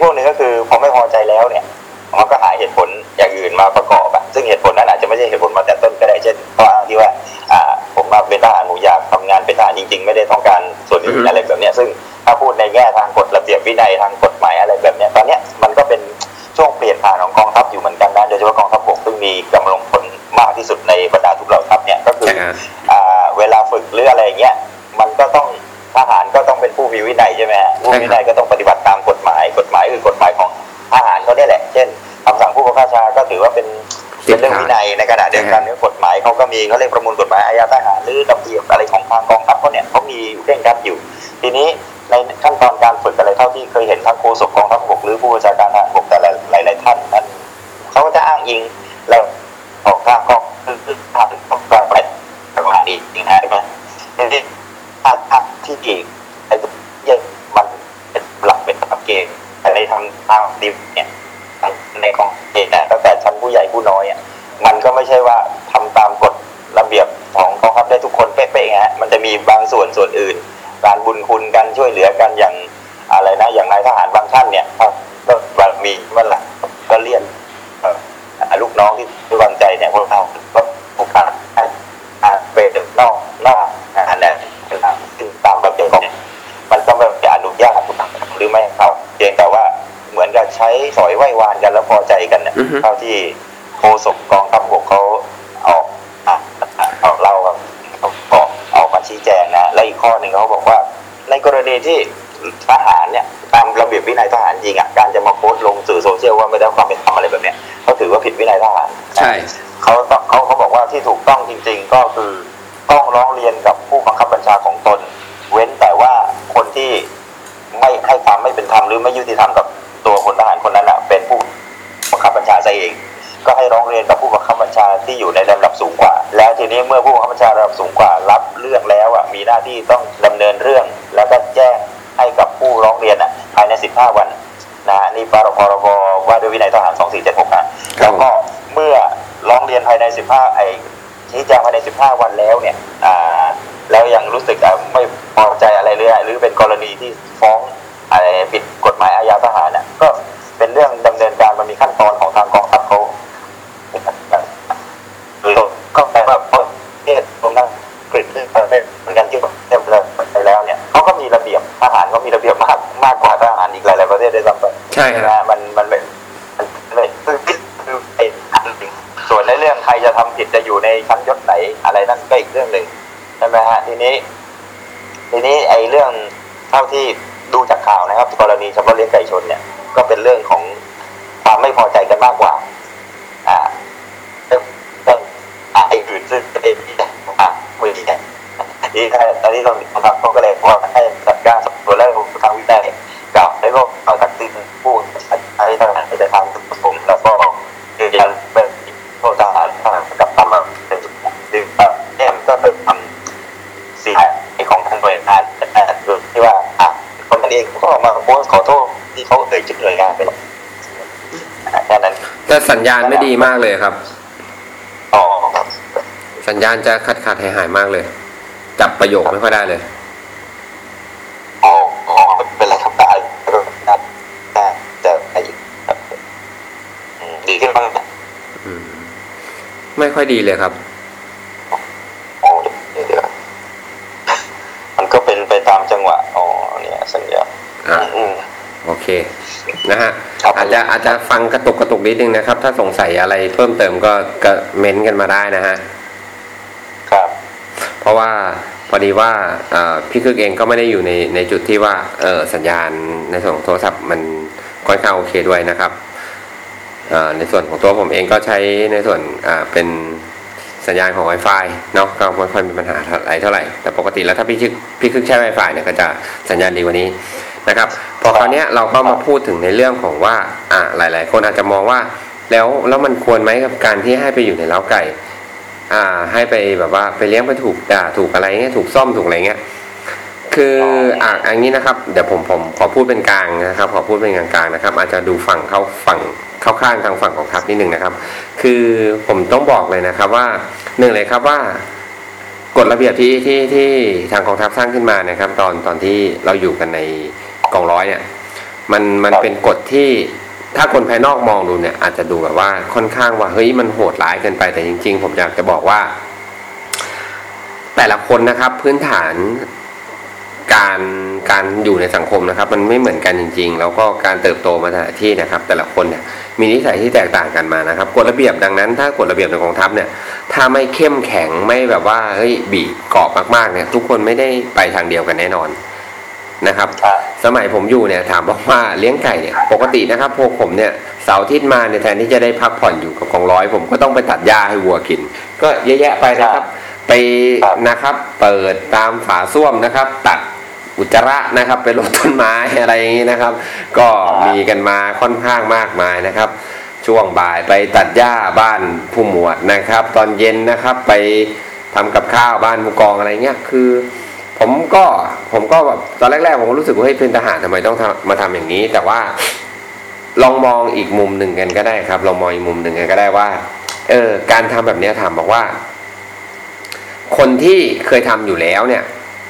พวกหนึงก็คือพอไม่พอใจแล้วเนี่ยมันก็หาเหตุผลอย่างอื่นมาประกอบอะซึ่งเหตุผลนั้นอาจจะไม่ใช่เหตุผลมาแต่ต้นก็ได้เช่นข้ออ้างที่ว่าอ่าผมมาเป็นทหารผมอยากทำงานเป็นทหารจริงๆไม่ได้ต้องการส่วนอื่นอะไรแบบเนี้ยซึ่งถ้าพูดในแง่ทางกฎระเบียบวินัยทางกฎหมายอะไรแบบเนี้ยตอนเนี้ยมันก็เป็นช่วงเปลี่ยนผ่านของกองทัพอยู่เหมือนกันนะโดยเฉพาะกองทัพบกซึ่งมีกำลังพลมากที่สุดในบรรดาทุกเหล่าทัพเนี่ยก็คืออ่าเวลาฝึกหรืออะไรอย่างเงี้ยมันก็ต้องทหารก็ต้องเป็นผู้มีวินัยใช่ไหมฮะผู้มีวินัยก็ต้องปฏิบัติตามกฎหมายกฎหมายคือกฎหมายของทหารเขาได้แหละเช่นคำสั่งผู้บังคับบัญชาก็ถือว่าเป็นเป็นเรื่องวินัยในขณะเดียวกันเรื่องกฎหมายเขาก็มีเขาเรียกประมวลกฎหมายอาญาทหารหรือระเบียบอะไรของทางกองทัพเขาเนี่ยเขามีเร่งรัดอยู่ทีนี้ในขั้นตอนการฝึกอะไรเท่าที่เคยเห็นทั้งโฆษกกองทัพบกหรือผู้บัญชาการทหารบกแต่หลายหลายท่านนั้นเขาก็จะอ้างอิงแล้วออกข้างก็คือทางต้องการไปประมาณนี้จริงนะใช่ไหมทีนี้ถ้าถ้าที่อีกไอ้ยังมันเป็นหลักเป็นหลักเกณฑ์แต่ในทางทางดิบเนี่ยในของเอกเนี่ยตั้งแต่ชั้นผู้ใหญ่ผู้น้อยอ่ะมันก็ไม่ใช่ว่าทำตามกฎระเบียบของกองทัพได้ทุกคนเป๊ะๆฮะมันจะมีบางส่วนส่วนอื่นการบุญคุณกันช่วยเหลือกันอย่างอะไรนะอย่างนายทหารบางท่านเนี่ยก็แบบมีเมื่อไหร่ก็เลี่ยนลูกน้องที่ที่วางใจเนี่ยพวกเราก็โอกาสเป็นนอกนอกอันนั้นซึ่งตามระเบียบของมันก็ไม่จะอนุญาตหรือไม่เขาเพียงแต่ว่าเหมือนกับใช้สอยไหว้วานกันแล้วพอใจกันเนี่ยเท่าที่โฆษกกองทัพบกเขาออกออกเล่าเขาบอกออกมาชี้แจงนะและอีกข้อหนึ่งเขาบอกว่าในกรณีที่ทหารเนี่ยตามระเบียบวินัยทหารจริงอ่ะการจะมาโพสต์ลงสื่อโซเชียลว่าไม่ได้ความเป็นธรรมอะไรแบบเนี้ยเขาถือว่าผิดวินัยทหารใช่เขาเขาเขาบอกว่าที่ถูกต้องจริงๆก็คือต้องร้องเรียนกับผู้บังคับบัญชาของตนเว้นแต่ว่าคนที่ไม่ให้ความไม่เป็นธรรมหรือไม่ยุติธรรมกับตัวพลทหารคนนั้นอ่ะเป็นผู้บังคับบัญชาซะเองก็ให้ร้องเรียนกับผู้บังคับบัญชาที่อยู่ในระดับสูงกว่าแล้วทีนี้เมื่อผู้บังคับบัญชาระดับสูงกว่ารับเรื่องแล้วอ่ะมีหน้าที่ต้องดำเนินเรื่องแล้วก็แจ้งให้กับผู้ร้องเรียนอ่ะภายในสิบห้าวันนะนี่ปรพรบว่าด้วยวินัยทหารสองสี่เจ็ดหกนะแล้วก็เมื่อร้องเรียนภายในสิบห้าไอ้ชี้แจงภายในสิบห้าวันแล้วเนี่ยอ่าแล้วยังรู้สึกไม่พอใจอะไรเลยหรือเป็นกรณีที่ฟ้องอะไรผิดกฎหมายอาญาทหารเนี่ยก็เป็นเรื่องดำเนินการมันมีขั้นตอนของทางกองทัพเขาหรือก็แปลว่าประเทศตรงนั้นกฤษที่ประเทศเหมือนกันที่เต็มเลยไปแล้วเนี่ยเขาก็มีระเบียบทหารก็มีระเบียบมากมากกว่าทหารอีกหลายๆประเทศด้วยซ้ำไปใช่ครับมันมันเป็นมันไม่คือคือไอ้ส่วนในเรื่องใครจะทำผิดจะอยู่ในชั้นยศไหนอะไรนั่นก็อีกเรื่องหนึ่งใช่ไหมฮะทีนี้ทีนี้ไอ้เรื่องเท่าที่ดูจากข่าวนะครับกรณีเฉพาะเลี้ยงไก่ชนเนี่ยก็เป็นเรื่องของความไม่พอใจกันมากกว่าอ่าเรื่องไอ้อื่นซึ่งประเด็นที่อ่าคุยกันที่ถ้าตอนนี้เราครับเขาก็เลยว่าให้จัดการสอบสวนแล้วทางวินัยกับแล้วก็เอาตัดสินผู้ใช้ทหารจะทำผมแล้วก็ยืนยันเป็นโทษทหารกับตำรวจเป็นดึงแอมก็เป็นทำสิ่งของทางหน่วยงานที่ว่าอ่ะคนนั้นเองก็มาโพสขอโทษที่เขาเคยจุดหน่วยงานไปแค่นั้นแต่สัญญาณไม่ดีมากเลยครับอ๋อครับสัญญาณจะขาดขาดหายหายมากเลยจับประโยคไม่ค่อยได้เลยอ๋ออ๋อเป็นไรครับได้ได้ได้จะไอ้ดีขึ้นบ้างอืมไม่ค่อยดีเลยครับอ๋อเดี๋ยวมันก็เป็นไปตามจังหวะอ๋อเนี่ยสัญญาอ่าโอเคนะฮะอาจจะอาจจะฟังกระตุกกระตุกนิดนึงนะครับถ้าสงสัยอะไรเพิ่มเติมก็ก็เม้นกันมาได้นะฮะครับเพราะว่าพอดีว่าพี่คึกเองก็ไม่ได้อยู่ในในจุดที่ว่าเออสัญญาณในส่วนของโทรศัพท์มันค่อนข้างโอเคด้วยนะครับในส่วนของตัวผมเองก็ใช้ในส่วนเป็นสัญญาณของ Wi-Fi เนาะก็ไม่ค่อยมีปัญหาอะไรเท่าไหร่แต่ปกติแล้วถ้าพี่คึกพี่คึกใช้ Wi-Fi เนี่ยก็จะสัญญาณดีกว่านี้นะครับพอคราวนี้เราก็มาพูดถึงในเรื่องของว่าอ่าหลายๆคนอาจจะมองว่าแล้วแล้วมันควรไหมกับการที่ให้ไปอยู่ในเล้าไก่อ่าให้ไปแบบว่าไปเลี้ยงไปถูกด่าถูกอะไรเงี้ยถูกซ่อมถูกอะไรเงี้ยคืออ่าอันนี้นะครับเดี๋ยวผมผมขอพูดเป็นกลางนะครับขอพูดเป็นกลางๆนะครับอาจจะดูฝั่งเข้าฝั่งเข้าข้างทางฝั่งของทัพนิดนึงนะครับคือผมต้องบอกเลยนะครับว่าหนึ่งเลยครับว่ากฎระเบียบที่ที่ที่ทางกองทัพสร้างขึ้นมานะครับตอนตอนที่เราอยู่กันในกองร้อยเนี่ยมันมันเป็นกฎที่ถ้าคนภายนอกมองดูเนี่ยอาจจะดูแบบว่าค่อนข้างว่าเฮ้ยมันโหดร้ายเกินไปแต่จริงๆผมอยากจะบอกว่าแต่ละคนนะครับพื้นฐานการการอยู่ในสังคมนะครับมันไม่เหมือนกันจริงๆแล้วก็การเติบโตมาแต่ละที่นะครับแต่ละคนเนี่ยมีนิสัยที่แตกต่างกันมานะครับกฎระเบียบดังนั้นถ้ากฎระเบียบในกองทัพเนี่ยถ้าไม่เข้มแข็งไม่แบบว่าเฮ้ยบีบเกาะมากๆเนี่ยทุกคนไม่ได้ไปทางเดียวกันแน่นอนนะครับสมัยผมอยู่เนี่ยถามบอกว่าเลี้ยงไก่เนี่ยปกตินะครับพวกผมเนี่ยเสาร์อาทิตย์มาเนี่ยแทนที่จะได้พักผ่อนอยู่กับกองร้อยผมก็ต้องไปตัดหญ้าให้วัวกินก็เยอะแยะไปนะครับไปนะครับเปิดตามฝาส้วมนะครับตัดอุจจาระนะครับไปลงต้นไม้อะไรอย่างนี้นะครับก็มีกันมาค่อนข้างมากมายนะครับช่วงบ่ายไปตัดหญ้าบ้านผู้หมวดนะครับตอนเย็นนะครับไปทำกับข้าวบ้านผู้กองอะไรเงี้ยคือผมก็ผมก็แบบตอนแรกๆผมก็รู้สึกว่าเฮ้ยเป็นทหารทำไมต้องมาทำอย่างนี้แต่ว่าลองมองอีกมุมหนึ่งกันก็ได้ครับลองมองอีกมุมหนึ่งกันก็ได้ว่าเออการทำแบบนี้ถามบอกว่าคนที่เคยทำอยู่แล้วเนี่ย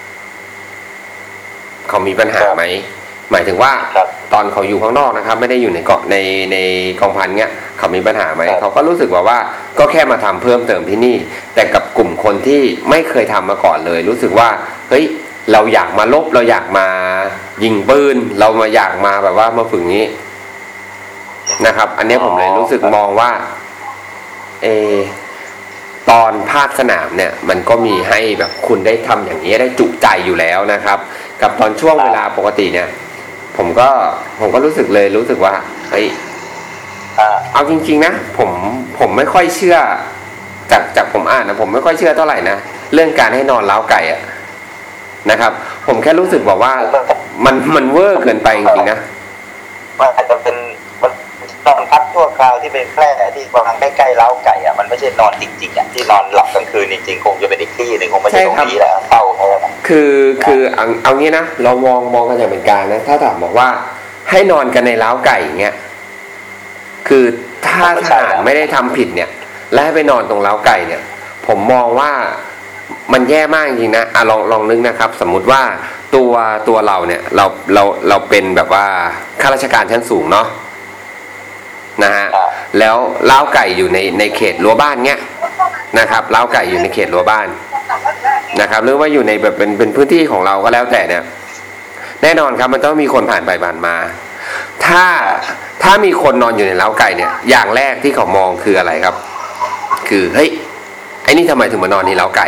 เขามีปัญหาไหมหมายถึงว่าตอนเขาอยู่ข้างนอกนะครับไม่ได้อยู่ในเกาะในในกองพันเงี้ยเขามีปัญหาไหมเขาก็รู้สึกว่าว่าก็แค่มาทำเพิ่มเติมที่นี่แต่กับกลุ่มคนที่ไม่เคยทำมาก่อนเลยรู้สึกว่าเฮ้ยเราอยากมาลบเราอยากมายิงปืนเรามาอยากมาแบบว่ามาฝึกนี้นะครับอันนี้ผมเลยรู้สึกมองว่าเอตอนภาคสนามเนี่ยมันก็มีให้แบบคุณได้ทำอย่างนี้ได้จุใจอยู่แล้วนะครับกับตอนช่วงเวลาปกติเนี่ยผมก็ผมก็รู้สึกเลยรู้สึกว่าเฮ้ยเอาจริงๆนะผมผมไม่ค่อยเชื่อจากจากผมอ่านนะผมไม่ค่อยเชื่อเท่าไหร่นะเรื่องการให้นอนเล้าไก่อะนะครับผมแค่รู้สึกบอกว่ามันมันเวอร์เกินไปจริงๆนะมันอาจจะเป็นนอนพักชั่วคราวที่เป็นแคร่ที่วางใกล้ๆเล้าไก่อะมันไม่ใช่นอนจริงๆอ่ะที่นอนหลับกลางคืนจริงๆคงจะเป็นอีกที่หนึ่งคงไม่ใช่ตรงนี้แหละเข้าเขาคือคือเอาเอางี้นะเรามองมองกันอย่างเป็นกลางนะถ้าถามบอกว่าให้นอนกันในเล้าไก่อย่างเงี้ยคือถ้าทหารไม่ได้ทำผิดเนี่ยแล้วให้ไปนอนตรงเล้าไก่เนี่ยผมมองว่ามันแย่มากจริงๆนะอ่ะลองลองนึกนะครับสมมุติว่าตัวตัวเราเนี่ยเราเราเราเป็นแบบว่าข้าราชการชั้นสูงเนาะนะฮะแล้วเล้าไก่อยู่ในในเขตรั้วบ้านเงี้ยนะครับเล้าไก่อยู่ในเขตรั้วบ้านนะครับหรือว่าอยู่ในแบบเป็นเป็นพื้นที่ของเราก็แล้วแต่เนี่ยแน่นอนครับมันต้องมีคนผ่านไปผ่านมาถ้าถ้ามีคนนอนอยู่ในเล้าไก่เนี่ยอย่างแรกที่เขามองคืออะไรครับคือเฮ้ยไอ้นี่ทำไมถึงมานอนในเล้าไก่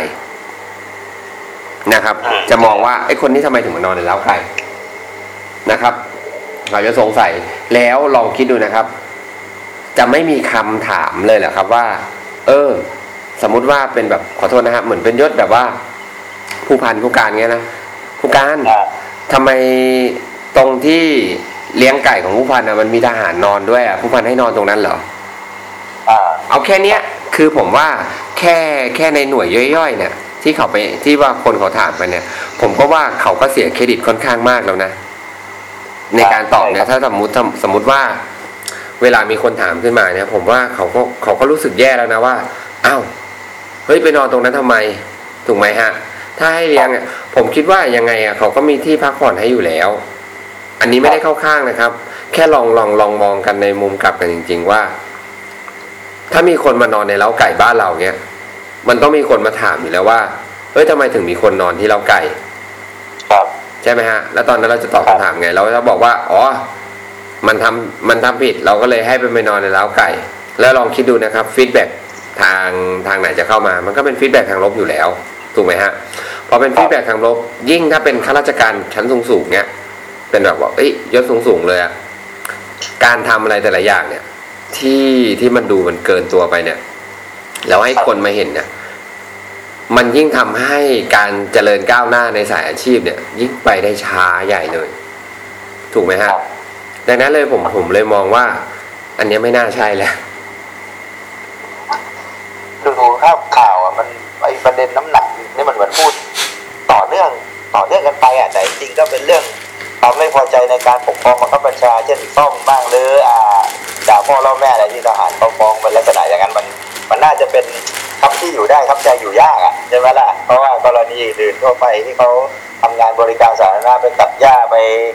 นะครับจะมองว่าไอ้คนนี้ทำไมถึงมานอนในเล้าไก่นะครับเราจะสงสัยแล้วลองคิดดูนะครับจะไม่มีคำถามเลยเหรอครับว่าเออสมมุติว่าเป็นแบบขอโทษนะครับเหมือนเป็นยศแบบว่าผู้พันผู้การเงี้ยนะผู้การทำไมตรงที่เลี้ยงไก่ของผู้พันอ่ะมันมีทหารนอนด้วยอ่ะผู้พันให้นอนตรงนั้นเหรอเอาแค่เนี้ยคือผมว่าแค่แค่ในหน่วยย่อยๆเนี่ยที่เขาไปที่ว่าคนเขาถามไปเนี่ยผมก็ว่าเขาก็เสียเครดิตค่อนข้างมากแล้วนะในการตอบเนี่ยถ้าสมมติสมมติว่าเวลามีคนถามขึ้นมาเนี่ยผมว่าเขาก็เขาก็รู้สึกแย่แล้วนะว่าอ้าวเฮ้ยไปนอนตรงนั้นทำไมถูกไหมฮะถ้าให้เลี้ยงอ่ะผมคิดว่ายังไงอ่ะเขาก็มีที่พักผ่อนให้อยู่แล้วอันนี้ไม่ได้เข้าข้างนะครับแค่ลองลองลองมองกันในมุมกลับกันจริงๆว่าถ้ามีคนมานอนในเล้าไก่บ้านเราเนี่ยมันต้องมีคนมาถามอยู่แล้วว่าเฮ้ยทำไมถึงมีคนนอนที่เล้าไก่ครับใช่ไหมฮะแล้วตอนนั้นเราจะตอบคำถามไงเราจะบอกว่าอ๋อมันทำมันทำผิดเราก็เลยให้ไปนอนในเล้าไก่แล้วลองคิดดูนะครับฟีดแบ็กทางทางไหนจะเข้ามามันก็เป็นฟีดแบ็กทางลบอยู่แล้วถูกไหมฮะพอเป็นฟีดแบ็กทางลบยิ่งถ้าเป็นข้าราชการชั้นสูงๆเนี้ยเป็นแบบว่าเอ้ยยศสูงๆเลยอะการทำอะไรแต่ละอย่างเนี่ยที่ที่มันดูมันเกินตัวไปเนี่ยแล้วให้คนมาเห็นเนี่ยมันยิ่งทำให้การเจริญก้าวหน้าในสายอาชีพเนี่ยยิ่งไปได้ช้าใหญ่เลยถูกไหมฮะดังนั้นเลยผมผมเลยมองว่าอันนี้ไม่น่าใช่แล้วดูภาพข่าวอ่ะมันไอประเด็นน้ำหนักนี่มันเหมือนพูดต่อเนื่องต่อเนื่องกันไปอ่ะแต่จริงก็เป็นเรื่องความไม่พอใจในการปกครองบังคับบัญชาเช่นซ่อมบ้างหรืออ่าด่าพ่อเล่าแม่อะไรที่ทหารเขาฟ้องเป็นลักษณะอย่างนั้นมันมันน่าจะเป็นครับที่อยู่ได้ครับใจอยู่ยากอ่ะใช่ไหมล่ะเพราะว่ากรณีอื่นทั่วไปที่เขาทำงานบริการสาธารณะไปตัดหญ้าไป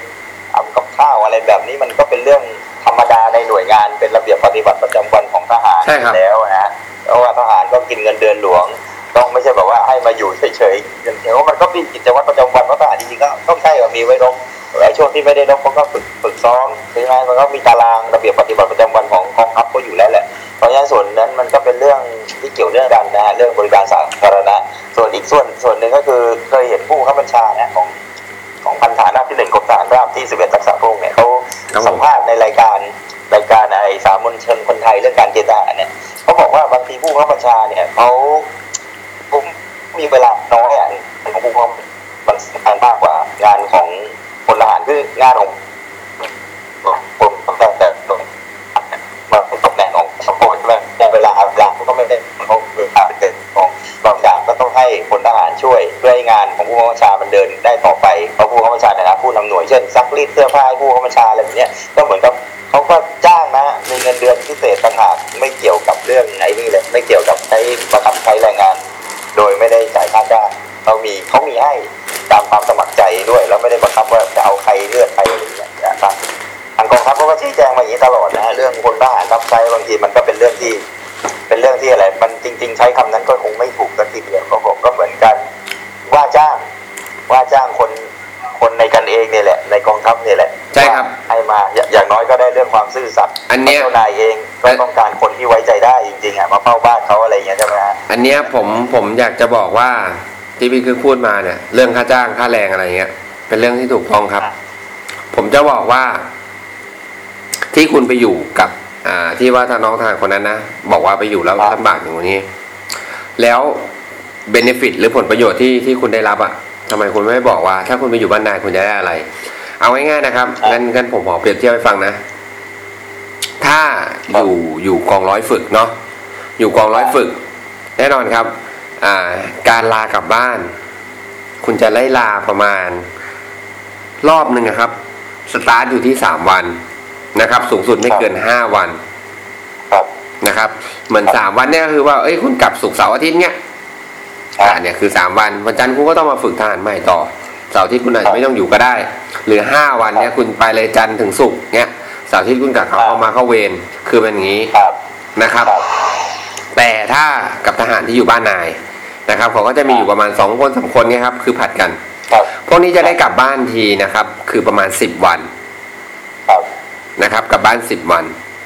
ทำกับข้าวอะไรแบบนี้มันก็เป็นเรื่องธรรมดาในหน่วยงานเป็นระเบียบปฏิบัติประจำวันของทหารแล้วนะเพราะว่าทหารก็กินเงินเดือนหลวงต้องไม่ใช่แบบว่าให้มาอยู่เฉยๆอย่างเดียวมันก็มีกิจวัตรประจำวันของทหารจริงๆก็ต้องใช่ว่ามีไว้รบไอ้ช่วงที่ไม่ได้รบเขาก็ฝึกฝึกซ้อมใช่ไหมมันก็มีตารางระเบียบปฏิบัติประจำวันของกองทัพก็อยู่แล้วแหละเพราะฉะนั้นส่วนนั้นมันก็เป็นเรื่องที่เกี่ยวเนื่องกันนะฮะเรื่องบริการสาธารณะส่วนอีกส่วนส่วนหนึ่งก็คือเคยเห็นผู้บังคับบัญชานะของของพันฐานราบที่หนึ่งกรมทหารราบที่สิบเอ็ดทักษะพงศ์เนี่ยเขาสัมภาษณ์ในรายการรายการไอ้สามัญชนคนไทยเรื่องการเกณฑ์ทหารเนี่ยเขาบอกว่าบางทีผู้บังคับบัญชาเนี่ยเขาผมมีเวลาน้อยอ่ะของผู้บังคับมันสำคัญมากกว่างานของพลทหารคืองานของผมแต่แต่มาตำแหน่งของสปอร์ตใช่ไหมแต่เวลาเวลาก็ไม่ได้เขาเวลาเป็นของบางอย่างก็ต้องให้พลทหารช่วยเพื่อให้งานของผู้บังคับบัญชามันเดินได้ต่อไปเพราะผู้บังคับบัญชาในฐานะผู้นำหน่วยเช่นซักรีดเสื้อผ้าให้ผู้บังคับบัญชาอะไรแบบนี้ก็เหมือนกับเขาก็จ้างนะมีเงินเดือนพิเศษต่างหากไม่เกี่ยวกับเรื่องไอ้นี่เลยไม่เกี่ยวกับใช้บังคับใช้แรงงานโดยไม่ได้จ่ายค่าจ้างเขามีเขามีให้ตามความสมัครใจด้วยแล้วไม่ได้บังคับว่าจะเอาใครเลือกใครอะไรอย่างเงี้ยนะครับทางกองทัพเขาก็ชี้แจงมาอย่างนี้ตลอดนะเรื่องคนทหารรับใช้บางทีมันก็เป็นเรื่องที่เป็นเรื่องที่อะไรมันจริงๆใช้คำนั้นก็คงไม่ถูกสักทีเดียวก็บอกก็เหมือนกันว่าจ้างว่าจ้างคนคนในกันเองเนี่ยแหละในกองทัพเนี่ยแหละใช่ครับให้มาอย่างน้อยก็ได้เรื่องความซื่อสัตย์อันเนี้ยเจ้านายเองก็ต้องการคนที่ไว้ใจได้จริงๆอ่ะมาเฝ้าบ้านเขาอะไรอย่างเงี้ยใช่ไหมฮะอันเนี้ยผมผมอยากจะบอกว่าที่พี่คือพูดมาเนี่ยเรื่องค่าจ้างค่าแรงอะไรเงี้ยเป็นเรื่องที่ถูกต้องครับผมจะบอกว่าที่คุณไปอยู่กับอ่าที่ว่าถ้าน้องทหารคนนั้นนะบอกว่าไปอยู่แล้วลำบากอย่างนี้แล้วเบเนฟิตหรือผลประโยชน์ที่ที่คุณได้รับอ่ะทำไมคุณไม่บอกว่าถ้าคุณไปอยู่บ้านนายคุณจะได้อะไรเอาง่ายๆนะครับงั้นงั้นผมขอเปรียบเทียบให้ฟังนะถ้าอยู่อยู่กองร้อยฝึกเนาะอยู่กองร้อยฝึกแน่นอนครับอ่าการลากลับบ้านคุณจะไล่ลาประมาณรอบหนึ่งนะครับสตาร์ทอยู่ที่สามวันนะครับสูงสุดไม่เกินห้าวันนะครับเหมือนสามวันเนี่ยคือว่าเอ้ยคุณกลับศุกร์เสาร์อาทิตย์เนี้ยอ่าเนี่ยคือสามวันวันจันทร์คุณก็ต้องมาฝึกทหารใหม่ต่อเสาร์อาทิตย์คุณอาจจะไม่ต้องอยู่ก็ได้หรือห้าวันเนี่ยคุณไปเลยจันทร์ถึงศุกร์เนี่ยเสาร์อาทิตย์คุณกลับเขาเข้ามาเข้าเวรคือเป็นอย่างนี้นะครับแต่ถ้ากับทหารที่อยู่บ้านนายนะครับเขาก็จะมีอยู่ประมาณสองคนสามคนเนี่ยครับคือผัดกันพวกนี้จะได้กลับบ้านทีนะครับคือประมาณสิบวันนะครับกลับบ้านสิบวัน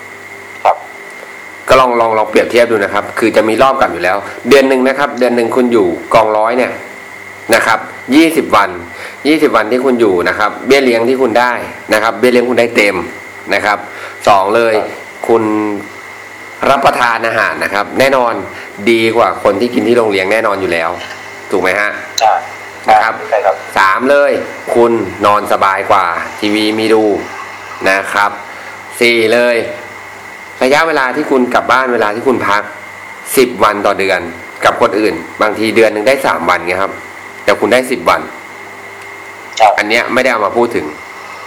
ก็ลองลองลองเปรียบเทียบดูนะครับคือจะมีรอบกลับอยู่แล้วเดือนหนึ่งนะครับเดือนหนึ่งคุณอยู่กองร้อยเนี่ยนะครับยี่สิบวันยี่สิบวันที่คุณอยู่นะครับเบี้ยเลี้ยงที่คุณได้นะครับเบี้ยเลี้ยงคุณได้เต็มนะครับสองเลยคุณรับประทานอาหารนะครับแน่นอนดีกว่าคนที่กินที่โรงเลี้ยงแน่นอนอยู่แล้วถูกไหมฮะนะครับสามเลยคุณนอนสบายกว่าทีวีมีดูนะครับสี่เลยระยะเวลาที่คุณกลับบ้านเวลาที่คุณพักสิบวันต่อเดือนกับคนอื่นบางทีเดือนหนึ่งได้สามวันเงี้ยครับแต่คุณได้สิบวันอันเนี้ยไม่ได้เอามาพูดถึง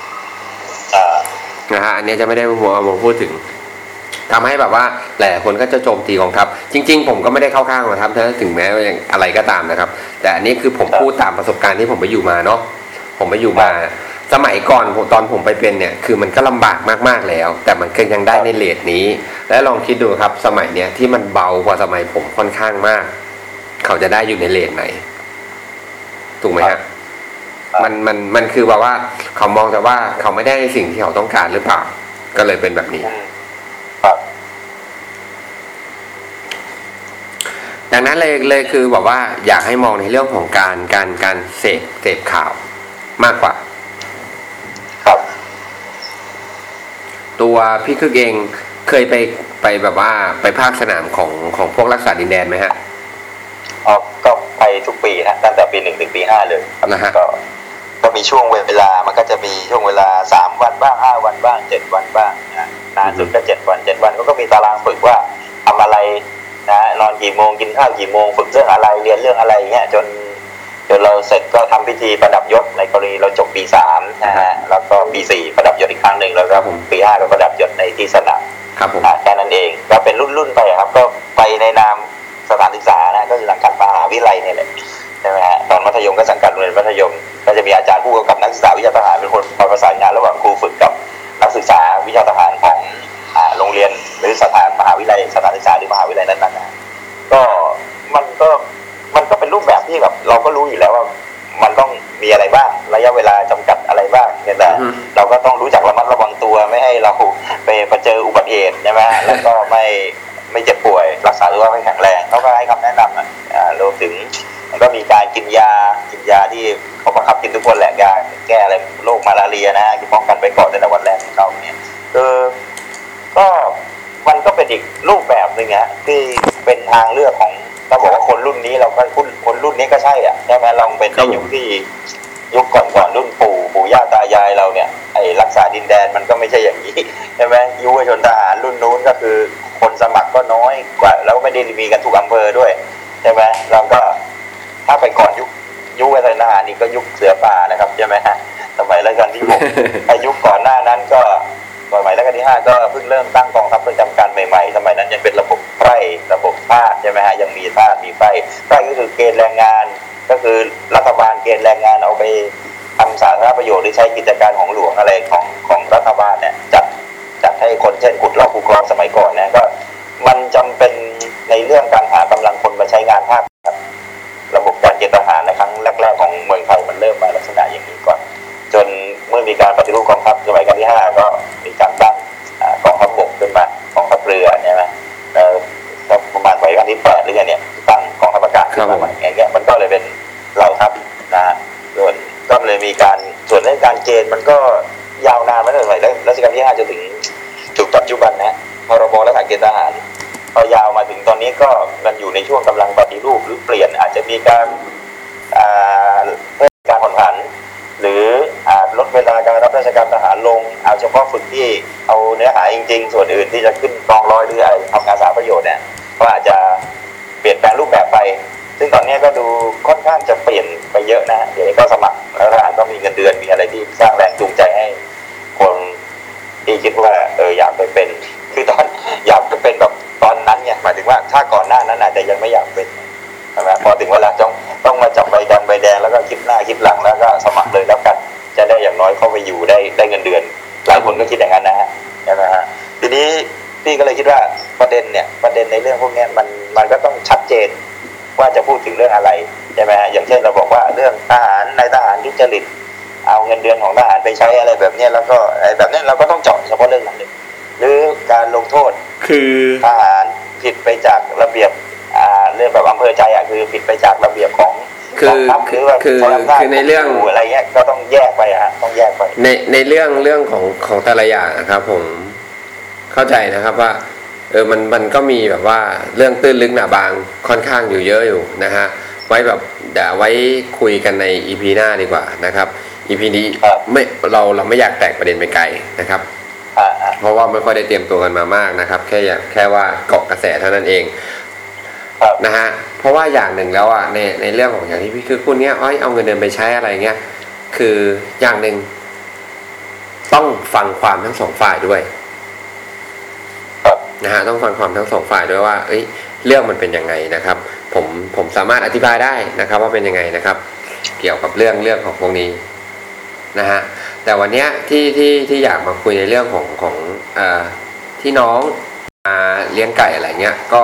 นะฮะอันเนี้ยจะไม่ได้เอามาพูดถึงทำให้แบบว่าหลายคนก็จะโจมตีกองทัพจริงๆผมก็ไม่ได้เข้าข้างกองทัพถึงแม้ว่าอะไรก็ตามนะครับแต่อันนี้คือผมพูดตามประสบการณ์ที่ผมไปอยู่มาเนาะผมไปอยู่มาสมัยก่อนตอนผมไปเป็นเนี่ยคือมันก็ลำบากมากๆแล้วแต่มันก็ยังได้ในเรทนี้และลองคิดดูครับสมัยเนี้ยที่มันเบากว่าสมัยผมค่อนข้างมากเขาจะได้อยู่ในเรทไหนถูกไหมฮะมันมันมันคือแบบว่าเขามองแต่ว่าเขาไม่ได้ในสิ่งที่เขาต้องการหรือเปล่าก็เลยเป็นแบบนี้ดังนั้นเลยเลยคือบอกว่าอยากให้มองในเรื่องของการการการเสพเสพข่าวมากกว่าตัวพี่คือเองเคยไปไปแบบว่าไปภาคสนามของของพวกรักษาดินแดนไหมฮะอ๋อก็ไปทุกปีนะตั้งแต่ปีหนึ่งถึงปีห้าเลยนะฮะก็ก็มีช่วงเวลามันก็จะมีช่วงเวลาสามวันบ้างห้าวันบ้างเจ็ดวันบ้างนะนานสุดก็เจ็ดวันเจ็ดวันก็มีตารางฝึกว่าทำอะไรนะนอนกี่โมงกินข้าวกี่โมงฝึกเรื่องอะไรเรียนเรื่องอะไรเงี้ยจนจนเราเสร็จก็ทำพิธีประดับยศในกรณีเราจบปีสามนะฮะแล้วก็ปีสี่ประดับยศอีกครั้งหนึ่งแล้วก็ปีห้าก็ประดับยศในที่สนามครับผมแค่นั้นเองก็เป็นรุ่นๆไปครับก็ไปในนามสถานศึกษานะก็คือสังกัดมหาวิทยาลัยนี่แหละใช่ไหมฮะตอนมัธยมก็สังกัดโรงเรียนมัธยมก็จะมีอาจารย์ผู้กำกับนักศึกษาวิชาทหารเป็นคนคอยประสานงานระหว่างก็มันก็เป็นรูปแบบที่แบบเราก็รู้อยู่แล้วว่ามันต้องมีอะไรบ้างระยะเวลาจำกัดอะไรบ้างแต่เราก็ต้องรู้จักระมัดระวังตัวไม่ให้เราไปประเจออุบัติเหตุใช่ไหมแล้วก็ไม่ไม่เจ็บป่วยรักษาสุขภาพให้แข็งแรงเขาก็ให้คำแนะนำอ่ะรวมถึงมันก็มีการกินยากินยาที่เขาบังคับกินทุกคนแหละยาแก้อะไรโรคมาลาเรียนะที่ป้องกันไปก่อนในวันแรกของเราเนี่ยคือก็มันก็เป็นอีกรูปแบบหนึ่งนะที่เป็นทางเลือกของถ้าบอกว่าคนรุ่นนี้เราก็คนรุ่นนี้ก็ใช่อ่ะใช่ไหมลองเป็นในยุคที่ยุคก่อนก่อนรุ่นปู่ปู่ย่าตายายเราเนี่ยไอ้รักษาดินแดนมันก็ไม่ใช่อย่างนี้ใช่ไหมยุวชนทหารรุ่นนู้นก็คือคนสมัครก็น้อยกว่าแล้วไม่ได้มีกันทุกอำเภอด้วยใช่ไหมเราก็ถ้าไปก่อนยุคยุคทหารนี่ก็ยุคเสือป่านะครับใช่ไหมฮะสมัยรัชกาลที่หกอายุก่อนหน้านั้นก็สมัยรัชกาลที่ห้าก็เพิ่งเริ่มตั้งกองทัพประจำการใหม่ๆสมัยนั้นยังเป็นระบบไพร่ระบบทาสใช่ไหมฮะยังมีทาสมีไพร่ไพร่ก็คือเกณฑ์แรงงานก็คือรัฐบาลเกณฑ์แรงงานเอาไปทำสาธารณประโยชน์หรือใช้กิจการของหลวงอะไรของของรัฐบาลเนี่ยจัดจัดให้คนเช่นขุดลอกคูคลองสมัยก่อนเนี่ยก็มันจำเป็นในเรื่องการหากำลังคนมาใช้งานภาคระบบการเกณฑ์ทหารในครั้งแรกๆของเมืองไทยมันเริ่มมาลักษณะอย่างนี้ก่อนจนเมื่อมีการปฏิรูปกองทัพสมัยรัชกาลที่ห้าก็มีการตั้งกองทัพบกขึ้นมากองทัพเรือเนี่ยนะประมาณสมัยรัชกาลที่แปดหรือไงเนี่ยตั้งกองทัพอากาศขึ้นมาใหม่อย่างเงี้ยมันก็เลยเป็นเหล่าทัพนะส่วนก็เลยมีการส่วนเรื่องการเกณฑ์มันก็ยาวนานมาตั้งแต่สมัยรัชกาลที่ห้าจนถึงถึงปัจจุบันนะพรบรักษาเกณฑ์ทหารพอยาวมาถึงตอนนี้ก็มันอยู่ในช่วงกำลังปฏิรูปหรือเปลี่ยนอาจจะมีการเพิ่มการผ่อนผันหรือลดเวลาการรับราชการทหารลงเอาเฉพาะฝึกที่เอาเนื้อหาจริงๆส่วนอื่นที่จะขึ้นกองร้อยหรืออะไรทำงานสาประโยชน์เนี่ยก็อาจจะเปลี่ยนแปลงรูปแบบไปซึ่งตอนนี้ก็ดูค่อนข้างจะเปลี่ยนไปเยอะนะเดี๋ยวนี้ก็สมัครแล้วทหารก็มีเงินเดือนมีอะไรที่สร้างแรงจูงใจให้คนที่คิดว่าเอออยากไปเป็นคือตอนอยากไปเป็นแบบตอนนั้นเนี่ยหมายถึงว่าถ้าก่อนหน้านั้นอาจจะยังไม่อยากเป็นใช่ไหมพอถึงเวลาต้องต้องมาจับใบดำใบแดงแล้วก็คิดหน้าคิดหลังแล้วก็สมัครเลยแล้วกันจะได้อย่างน้อยเข้าไปอยู่ได้ได้เงินเดือนหลายคนก็คิดอย่างนั้นนะฮะใช่ไหมฮะทีนี้พี่ก็เลยคิดว่าประเด็นเนี่ยประเด็นในเรื่องพวกนี้มันมันก็ต้องชัดเจนว่าจะพูดถึงเรื่องอะไรใช่ไหมฮะอย่างเช่นเราบอกว่าเรื่องทหารนายทหารทุจริตเอาเงินเดือนของทหารไปใช้อะไรแบบนี้แล้วก็ไอ้แบบนี้เราก็ต้องเจาะเฉพาะเรื่องนั้นเลยหรือการลงโทษคือทหารผิดไปจากระเบียบอ่าเรื่องแบบอำเภอใจอ่ะคือผิดไปจากระเบียบของคือคือคือคือในเรื่องอะไรเงี้ยก็ต้องแยกไปฮะต้องแยกไปในในเรื่องเรื่องของของแต่ละอย่างนะครับผมเข้าใจนะครับว่าเออมันมันก็มีแบบว่าเรื่องตื้นลึกหนาบางค่อนข้างอยู่เยอะอยู่นะฮะไว้แบบเดี๋ยวไว้คุยกันใน อี พี หน้าดีกว่านะครับ อี พี นี้ไม่เราเราไม่อยากแตกประเด็นไปไกลนะครับเพราะว่าไม่ค่อยได้เตรียมตัวกันมามากนะครับแค่อยากแค่ว่าเกาะกระแสเท่านั้นเองนะฮะเพราะว่าอย่างหนึ่งแล้วอ่ะในในเรื่องของอย่างที่พี่คือคุณเนี้ยอ้อยเอาเงินเดือนไปใช้อะไรเงี้ยคืออย่างหนึ่งต้องฟังความทั้งสองฝ่ายด้วยนะฮะต้องฟังความทั้งสองฝ่ายด้วยว่าเอ้ยเรื่องมันเป็นยังไงนะครับผมผมสามารถอธิบายได้นะครับว่าเป็นยังไงนะครับเกี่ยวกับเรื่องเรื่องของพวกนี้นะฮะแต่วันนี้ที่ที่ที่อยากมาคุยในเรื่องของของเอ่อที่น้องมาเลี้ยงไก่อะไรเงี้ยก็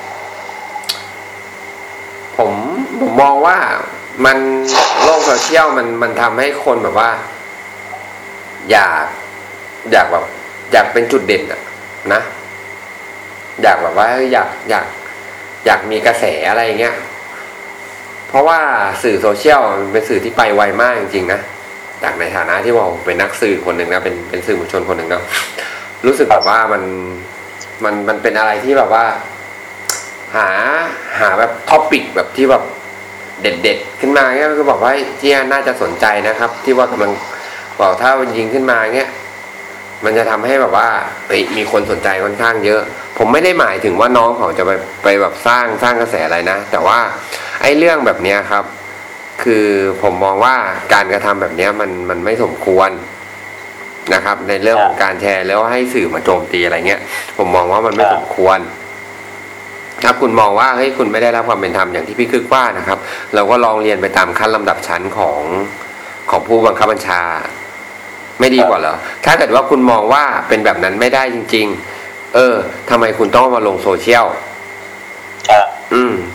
ผมผมมองว่ามันโลกโซเชียลมันมันทำให้คนแบบว่าอยากอยากแบบอยากเป็นจุดเด่นอะนะอยากแบบว่าอยากอยากอยากมีกระแสอะไรเงี้ยเพราะว่าสื่อโซเชียลมันเป็นสื่อที่ไปไวมากจริงๆนะจากในฐานะที่ว่าเป็นนักสื่อคนหนึ่งนะเป็นเป็นสื่อมวลชนคนหนึ่งเนาะรู้สึกแบบว่ามันมันมันเป็นอะไรที่แบบว่าหาหาแบบท็อปิกแบบที่แบบเด็ดๆขึ้นมาเงี้ยก็บอกว่าที่น่าจะสนใจนะครับที่ว่ากำลังบอกถ้ายิงขึ้นมาเงี้ยมันจะทำให้แบบว่าเฮ้ยมีคนสนใจค่อนข้างเยอะผมไม่ได้หมายถึงว่าน้องเขาจะไปไปแบบสร้างสร้างกระแสอะไรนะแต่ว่าไอ้เรื่องแบบเนี้ยครับคือผมมองว่าการกระทำแบบนี้มันมันไม่สมควรนะครับในเรื่องของการแชร์แล้วให้สื่อมาโจมตีอะไรเงี้ยผมมองว่ามันไม่สมควรถ้าคุณมองว่าเฮ้ยคุณไม่ได้รับความเป็นธรรมอย่างที่พี่คึกว่านะครับเราก็ลองเรียนไปตามขั้นลำดับชั้นของของผู้บังคับบัญชาไม่ดีกว่าเหรอถ้าเกิดว่าคุณมองว่าเป็นแบบนั้นไม่ได้จริงๆเออทำไมคุณต้องมาลงโซเชียลอืมท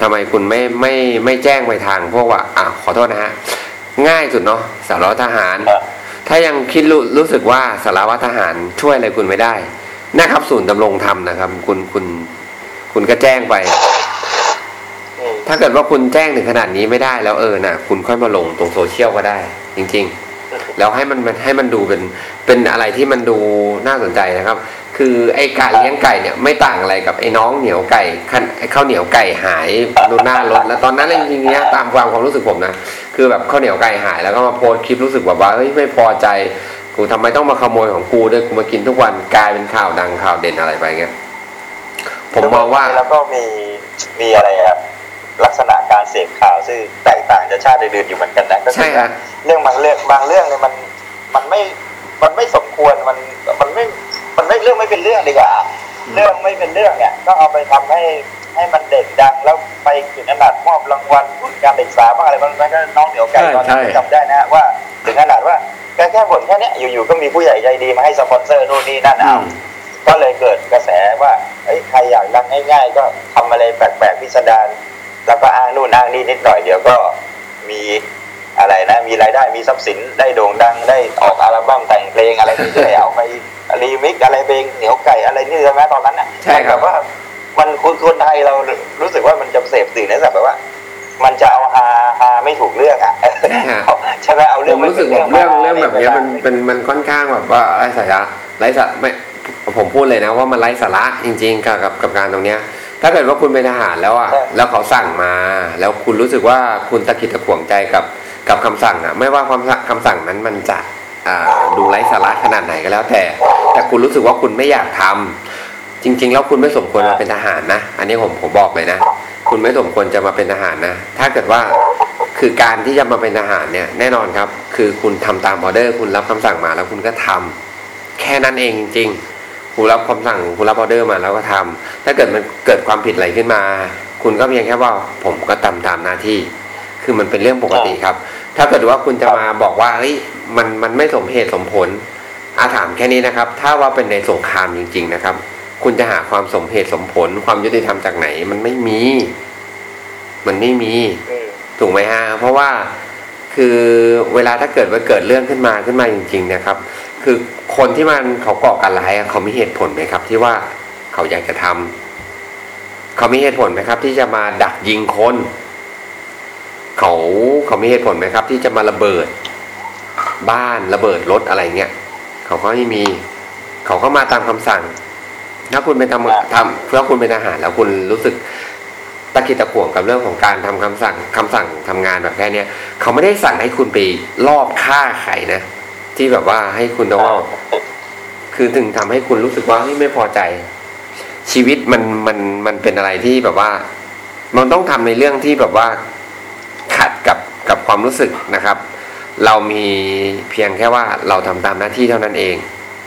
ทำไมคุณไม่ไม่ไม่แจ้งไปทางพวกว่าอ่ะขอโทษนะฮะง่ายสุดเนาะสารวัตรทหารถ้ายังคิดรู้รู้สึกว่าสารวัตรทหารช่วยอะไรคุณไม่ได้นะครับศูนย์ดำรงธรรมนะครับคุณคุณคุณก็แจ้งไปถ้าเกิดว่าคุณแจ้งถึงขนาดนี้ไม่ได้แล้วเออน่ะคุณค่อยมาลงตรงโซเชียลก็ได้จริงๆแล้วให้มันให้มันดูเป็นเป็นอะไรที่มันดูน่าสนใจนะครับคือไอ้การเลี้ยงไก่เนี่ยไม่ต่างอะไรกับไอ้น้องเหนียวไก่ข้าวเหนียวไก่หายดูหน้ารถแล้วตอนนั้นจริงๆเนี้ยตามความความรู้สึกผมนะคือแบบข้าวเหนียวไก่หายแล้วก็มาโพสคลิปรู้สึกแบบว่าเฮ้ยไม่พอใจกูทำไมต้องมาขโมยของกูด้วยกูมากินทุกวันกลายเป็นข่าวดังข่าวเด่นอะไรไปเงี้ยผมมองว่าแล้วก็มีมีอะไรอะลักษณะการเสพข่าวซึ่งแตกต่างจากชาติอื่นๆอยู่เหมือนกันนะก็คือเรื่องบางเรื่องบางเรื่องเนี่ยมันมันไม่มันไม่สมควรมันมันไม่มันไม่เรื่องไม่เป็นเรื่องดีกว่าเรื่องไม่เป็นเรื่องเนี่ยก็เอาไปทำให้ให้มันเด่นดังแล้วไปถึงขนาดมอบรางวัลทุนการศึกษาบ้างอะไรบางนั้นก็น้องเหนียวไก่ตอนนั้นจำได้นะว่าถึงขนาดว่าแค่แค่บ่นแค่นี้อยู่ๆก็มีผู้ใหญ่ใจดีมาให้สปอนเซอร์นู่นนี่นั่นเอาก็เลยเกิดกระแสว่าเอ้ยใครอยากดังง่ายๆก็ทำอะไรแปลกๆพิสดารแล้วก็อ้างนู่นอ้างนี่นิดหน่อยเดี๋ยวก็มีอะไรนะมีรายได้มีทรัพย์สินได้โด่งดังได้ออกอัลบั้มแต่งเพลงอะไรที่ได้เอาไปรีมิกอะไรเพลงเหนียวไก่อะไรนี่ใช่ไหมตอนนั้นน่ะใช่ครับว่ามันคนคนไทยเรารู้สึกว่ามันจะเสพสื่อในแบบว่า มันจะเอาฮาฮาไม่ถูกเรื่องอ่ะใช่ไหมเอาเรื่องผมรู้สึกว่าเรื่องเรื่องแบบนี้มันเป็นมันค่อนข้างแบบว่าไร้สาระไร้สาระไม่ผมพูดเลยนะว่ามันไร้สาระจริงๆกับกับการตรงเนี้ยถ้าเกิดว่าคุณเป็นทหารแล้วอ่ะแล้วเขาสั่งมาแล้วคุณรู้สึกว่าคุณตะกิดตะขวงใจกับกับคำสั่งอ่ะไม่ว่าความคำสั่งนั้นมันจะดูไร้สาระขนาดไหนก็แล้วแต่แต่คุณรู้สึกว่าคุณไม่อยากทำจริงๆแล้วคุณไม่สมควรมาเป็นทหารนะอันนี้ผมผมบอกเลยนะคุณไม่สมควรจะมาเป็นทหารนะถ้าเกิดว่าคือการที่จะมาเป็นทหารเนี่ยแน่นอนครับคือคุณทำตามออเดอร์คุณรับคำสั่งมาแล้วคุณก็ทำแค่นั้นเองจริงๆคุณรับคำสั่งคุณรับออเดอร์มาแล้วก็ทำถ้าเกิดมันเกิดความผิดอะไรขึ้นมาคุณก็เพียงแค่ว่าผมก็ทำตามหน้าที่คือมันเป็นเรื่องปกติครับถ้าเกิดว่าคุณจะมาบอกว่าเฮ้ยมันมันไม่สมเหตุสมผลอาถามแค่นี้นะครับถ้าว่าเป็นในสงครามจริงๆนะครับคุณจะหาความสมเหตุสมผลความยุติธรรมจากไหนมันไม่มีมันไม่มีถูกไหมฮะเพราะว่าคือเวลาถ้าเกิดว่าเกิดเรื่องขึ้นมาขึ้นมาจริงๆนะครับคือคนที่มันเขาก่อการร้ายเขามีเหตุผลไหมครับที่ว่าเขาอยากจะทำเขามีเหตุผลไหมครับที่จะมาดักยิงคนเขาเขามีเหตุผลไหมครับที่จะมาระเบิดบ้านระเบิดรถอะไรเงี้ยเขาก็ไม่มีเขาก็มาตามคำสั่งถ้าคุณเป็นทำทำเพื่อคุณเป็นทหารแล้วคุณรู้สึกตะกิดตะขวงกับเรื่องของการทำคำสั่งคำสั่งทำงานแบบแค่นี้เขาไม่ได้สั่งให้คุณไปลอบฆ่าใครนะที่แบบว่าให้คุณต้องคือถึงทำให้คุณรู้สึกว่าไม่พอใจชีวิตมันมันมันเป็นอะไรที่แบบว่ามันต้องทำในเรื่องที่แบบว่าขัดกับกับความรู้สึกนะครับเรามีเพียงแค่ว่าเราทำตามหน้าที่เท่านั้นเอง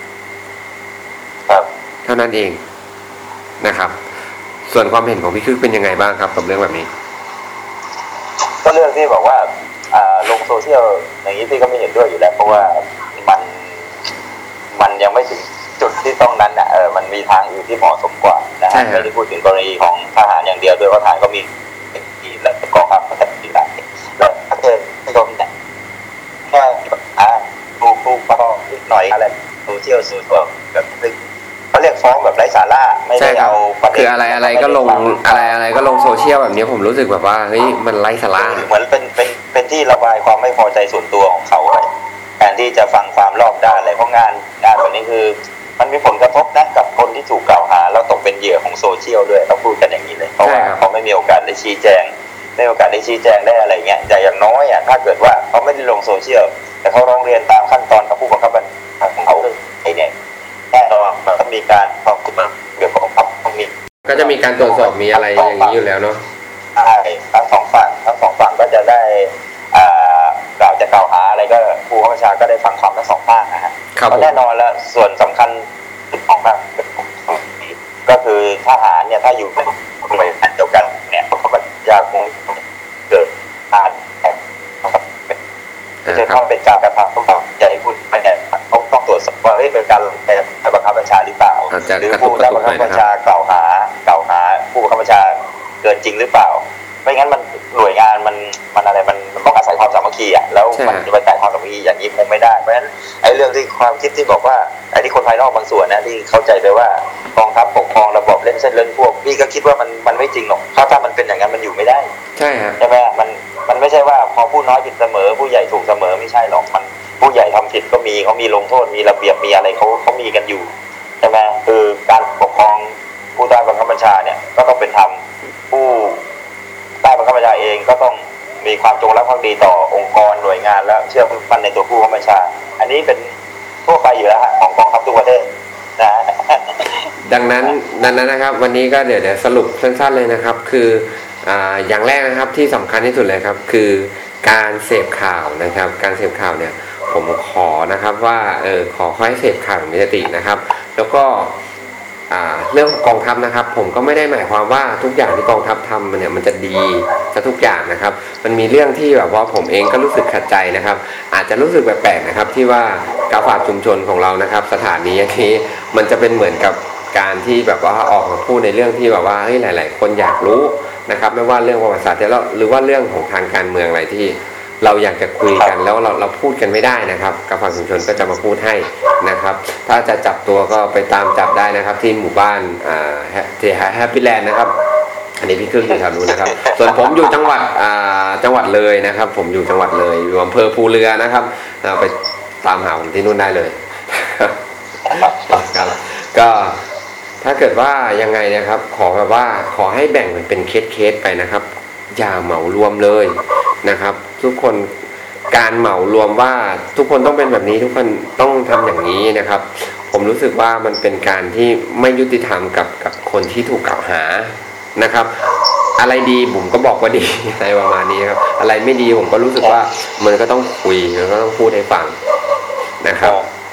เท่านั้นเองนะครับส่วนความเห็นของพี่คึกเป็นยังไงบ้างครับกับเรื่องแบบนี้ก็เรื่องที่บอกว่าลงโซเชียลอย่างนี้พี่ก็ไม่เห็นด้วยอยู่แล้วเพราะว่ามันมันยังไม่ถึงจุดที่ต้องนั้นนะเออมันมีทางอื่นที่เหมาะสมกว่านะฮะไม่ได้พูดถึงกรณีของทหารอย่างเดียวด้วยเพราะทหารก็มีมีและกองทัพมันจะมีหลายแล้วถ้าเกิดไม่ยอมเนี่ยแค่อ่าปูปูปอนิดหน่อยอะไรโซเชียลส่วนแบบเขาเรียกฟ้องแบบไร้สาระไม่ได้เอาคืออะไรอะไรก็ลงอะไรอะไรก็ลงโซเชียลแบบนี้ผมรู้สึกแบบว่าเฮ้ยมันไร้สาระเหมือนเป็นเป็นเป็นที่ระบายความไม่พอใจส่วนตัวของเขาแทนที่จะฟังความรอบด้านอะไรเพราะงานงานแบบนี้คือมันมีผลกระทบนะกับคนที่ถูกกล่าวหาแล้วตกเป็นเหยื่อของโซเชียลด้วยต้องพูดกันอย่างนี้เลยเพราะว่าเขาไม่มีโอกาสได้ชี้แจงไม่มีโอกาสได้ชี้แจงได้อะไรเงี้ยแต่อย่างน้อยอ่ะถ้าเกิดว่าเขาไม่ได้ลงโซเชียลแต่เขาร้องเรียนตามขั้นตอนกับผู้บังคับบัญชาของเขาไอ้เนี่ยแน่นอนมันต้องมีการสอบสวนเกี่ยวกับกองทัพตรงนี้ก็จะมีการตรวจสอบมีอะไรอย่างนี้อยู่แล้วเนาะใช่ทั้งสองฝั่งทั้งสองฝั่งก็จะได้กล่าวจะกล่าวหาอะไรก็ผู้บังคับบัญชาก็ได้ฟังความทั้งสองฝ่ายนะฮะแน่นอนแล้วส่วนสำคัญของภาคก็คือทหารเนี่ยถ้าอยู่ในหน่วยงานเดียวกันเนี่ยเขาก็ยากคงเกิดการจะต้องเป็นการกระทำต้องใจพูดไปเนี่ยต้องต้องตรวจสอบว่าเป็นการเป็นบังคับบัญชาหรือเปล่าหรือผู้บังคับบัญชากล่าวหากล่าวหาผู้บังคับบัญชาเกินจริงหรือเปล่าไม่งั้นมันหน่วยงานมันมันอะไรมันมันต้องอาศัยความสามัคคีอ่ะแล้วมันจะไปแตกความสามัคคีอย่างนี้คงไม่ได้เพราะฉะนั้นไอ้เรื่องที่ความคิดที่บอกว่าไอ้ที่คนภายนอกบางส่วนนะที่เข้าใจไปว่ากองทัพปกครองระบบเล่นเส้นเล่นพวกพี่ก็คิดว่ามันมันไม่จริงหรอกเพราะถ้ามันเป็นอย่างนั้นมันอยู่ไม่ได้ใช่ฮะใช่ไหมมันมันไม่ใช่ว่าพอผู้น้อยผิดเสมอผู้ใหญ่ถูกเสมอไม่ใช่หรอกมันผู้ใหญ่ทำผิดก็มีเขามีลงโทษมีระเบียบมีอะไรเขาเขามีกันอยู่ใช่ไหมคือการปกครองผู้ใต้บังคับบัญชาเนี่ยก็ต้องเป็นธรรมผู้ใต้บังคับบัญชาเองก็ต้องมีความจงรักภักดีต่อองค์กรหน่วยงานและเชื่อมั่นในตัวผู้บังคับบัญชาอันนี้เป็นทั่วไปอยู่แล้วของกองทัพทุกประเทศนะดังนั้นดังนั้นนะครับวันนี้ก็เดี๋ยวเดี๋ยวสรุปสั้นๆเลยนะครับคืออ่าอย่างแรกนะครับที่สำคัญที่สุดเลยครับคือการเสพข่าวนะครับการเสพข่าวเนี่ยผมขอนะครับว่าเออขอให้เสพข่าวมีสตินะครับแล้วก็เรื่องกองทัพนะครับผมก็ไม่ได้หมายความว่าทุกอย่างที่กองทัพทำเนี่ยมันจะดีซะทุกอย่างนะครับมันมีเรื่องที่แบบว่าผมเองก็รู้สึกขัดใจนะครับอาจจะรู้สึกแปลกๆนะครับที่ว่ากาฝากชุมชนของเรานะครับสถานีนี้มันจะเป็นเหมือนกับการที่แบบว่าออกมาพูดในเรื่องที่แบบว่าเฮ้ยหลายๆคนอยากรู้นะครับไม่ว่าเรื่องประวัติศาสตร์แล้วหรือว่าเรื่องของทางการเมืองอะไรที่เราอยากจะคุยกันแล้วเราเราพูดกันไม่ได้นะครับกาฝากชุมชนก็จะมาพูดให้นะครับถ้าจะจับตัวก็ไปตามจับได้นะครับที่หมู่บ้านอ่าที่แฮปปี้แลนด์นะครับอันนี้พี่ครึ่งอยู่แถวนู้นนะครับส่วนผมอยู่จังหวัดอ่าจังหวัดเลยนะครับผมอยู่จังหวัดเลยอยู่อำเภอภูเรือนะครับไปตามหาผมที่นู่นได้เลยครับก็ถ้าเกิดว่ายังไงนะครับขอแบบว่าขอให้แบ่งเป็นเคสๆไปนะครับอย่าเหมารวมเลยนะครับทุกคนการเหมารวมว่าทุกคนต้องเป็นแบบนี้ทุกคนต้องทำอย่างนี้นะครับผมรู้สึกว่ามันเป็นการที่ไม่ยุติธรรมกับกับคนที่ถูกกล่าวหานะครับอะไรดีผมก็บอกว่าดีอะไรประมาณนี้ครับอะไรไม่ดีผมก็รู้สึกว่ามันก็ต้องคุยมันก็ต้องพูดให้ฟังนะครับ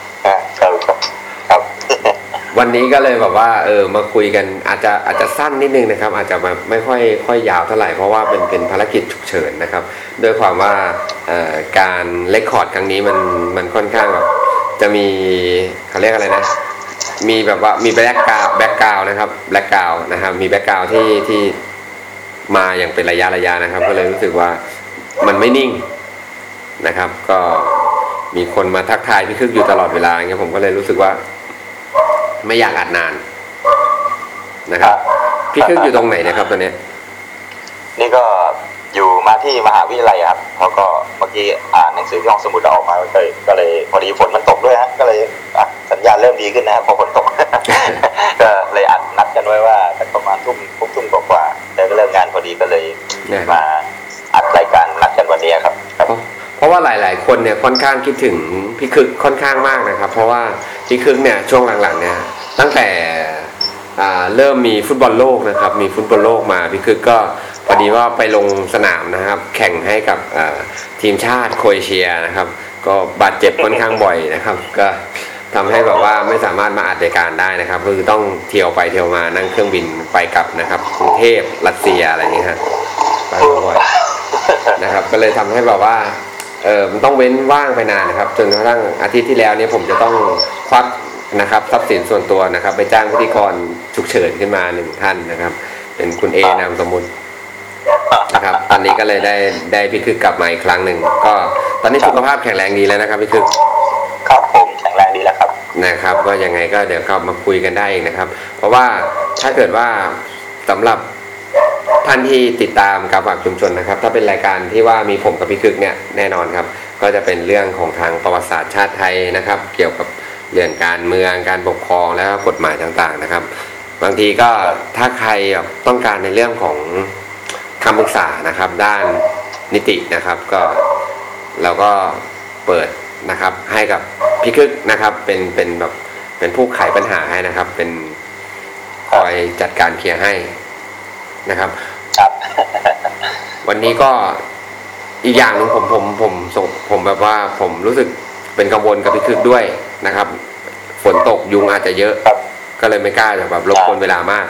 วันนี้ก็เลยแบบว่าเออมาคุยกันอาจจะอาจจะสั้นนิดนึงนะครับอาจจะมาไม่ค่อยค่อยยาวเท่าไหร่เพราะว่าเป็นเป็นภารกิจฉุกเฉินนะครับด้วยความว่าการเรคคอร์ดครั้งนี้มันมันค่อนข้างแบบจะมีเขาเรียกอะไรนะมีแบบว่ามีแบ็กกราวด์แบ็กกราวด์นะครับแบ็กกราวด์นะครับมีแบ็กกราวด์ที่ที่มาอย่างเป็นระยะระยะนะครับก็เลยรู้สึกว่ามันไม่นิ่งนะครับก็มีคนมาทักทายพี่คึกอยู่ตลอดเวลาอย่างเงี้ยผมก็เลยรู้สึกว่าไม่อยากอัดนานนะครับพี่คึกอยู่ตรงไหนนะครับตอนนี้นี่ก็อยู่มาที่มหาวิทยาลัยครับเขาก็เมื่อกี้อ่านหนังสือที่ห้องสมุดออกมาก็เลยก็เลยพอดีฝนมันตกด้วยฮะก็เลยสัญญาณเริ่มดีขึ้นนะครับพอฝนตก ก็เลยอัดนัดกันไว้ว่าประมาณทุ่มทุ่มกว่าแล้วก็เริ่มงานพอดีก็เลยมาอัดรายการนัดกันวันนี้ครับเพราะว่าหลายๆคนเนี่ยค่อนข้างคิดถึงพี่คึกค่อนข้างมากนะครับเพราะว่าพี่คึกเนี่ยช่วงหลังๆเนี่ยตั้งแต่เริ่มมีฟุตบอลโลกนะครับมีฟุตบอลโลกมาพี่คึกก็พอดีว่าไปลงสนามนะครับแข่งให้กับทีมชาติโครเอเชียนะครับก็บาดเจ็บค่อนข้างบ่อยนะครับก็ทำให้แบบว่าไม่สามารถมาอัดรายการได้นะครับคือต้องเที่ยวไปเที่ยวมานั่งเครื่องบินไปกลับนะครับกรุงเทพรัสเซียอะไรอย่างเงี้ยฮะไปบ่อยนะครับก็เลยทำให้แบบว่าเออมันต้องเว้นว่างไปนานนะครับจนกระทั่งอาทิตย์ที่แล้วเนี่ยผมจะต้องควักนะครับทรัพย์สินส่วนตัวนะครับไปจ้างพิธีกรฉุกเฉินขึ้นมาหนึ่งท่านนะครับเป็นคุณเอนามสมมุตินะครับตอนนี้ก็เลยได้ได้พี่คึกกลับมาอีกครั้งหนึ่งก็ตอนนี้สุขภาพแข็งแรงดีแล้วนะครับพี่คึกครับผมแข็งแรงดีแล้วครับนะครับก็ยังไงก็เดี๋ยวก็มาคุยกันได้อีกนะครับเพราะว่าถ้าเกิดว่าสำหรับท่านที่ติดตามกาฝากชุมชนนะครับถ้าเป็นรายการที่ว่ามีผมกับพี่คึกเนี่ยแน่นอนครับก็จะเป็นเรื่องของทางประวัติศาสตร์ชาติไทยนะครับเกี่ยวกับเรื่องการเมืองการปกครองและกฎหมายต่างๆนะครับบางทีก็ถ้าใครต้องการในเรื่องของคำปรึกษานะครับด้านนิตินะครับก็เราก็เปิดนะครับให้กับพี่คึกนะครับเป็นเป็นแบบเป็นผู้ไขปัญหาให้นะครับเป็นคอยจัดการเคลียร์ให้นะครับครับวันนี้ก็อีกอย่างหนึ่งผมผมผมส่งผมแบบว่าผมรู้สึกเป็นกังวลกับพี่คึกด้วยนะครับฝนตกยุงอาจจะเยอะก็เลยไม่กล้าจะแบบรบกวนเวลามาก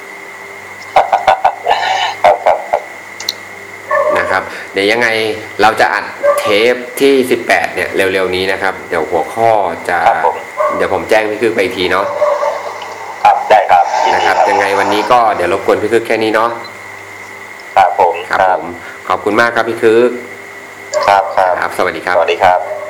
นะครับเดี๋ยวยังไงเราจะอัดเทปที่สิบแปดเนี่ยเร็วๆนี้นะครับเดี๋ยวหัวข้อจะเดี๋ยวผมแจ้งพี่คึกไปอีกทีเนาะครับได้ครับนะครับยังไงวันนี้ก็เดี๋ยวรบกวนพี่คึกแค่นี้เนาะครับผมคครับผมขอบคุณมากครับพี่คึกครับครับครับสวัสดีครับสวัสดีครับ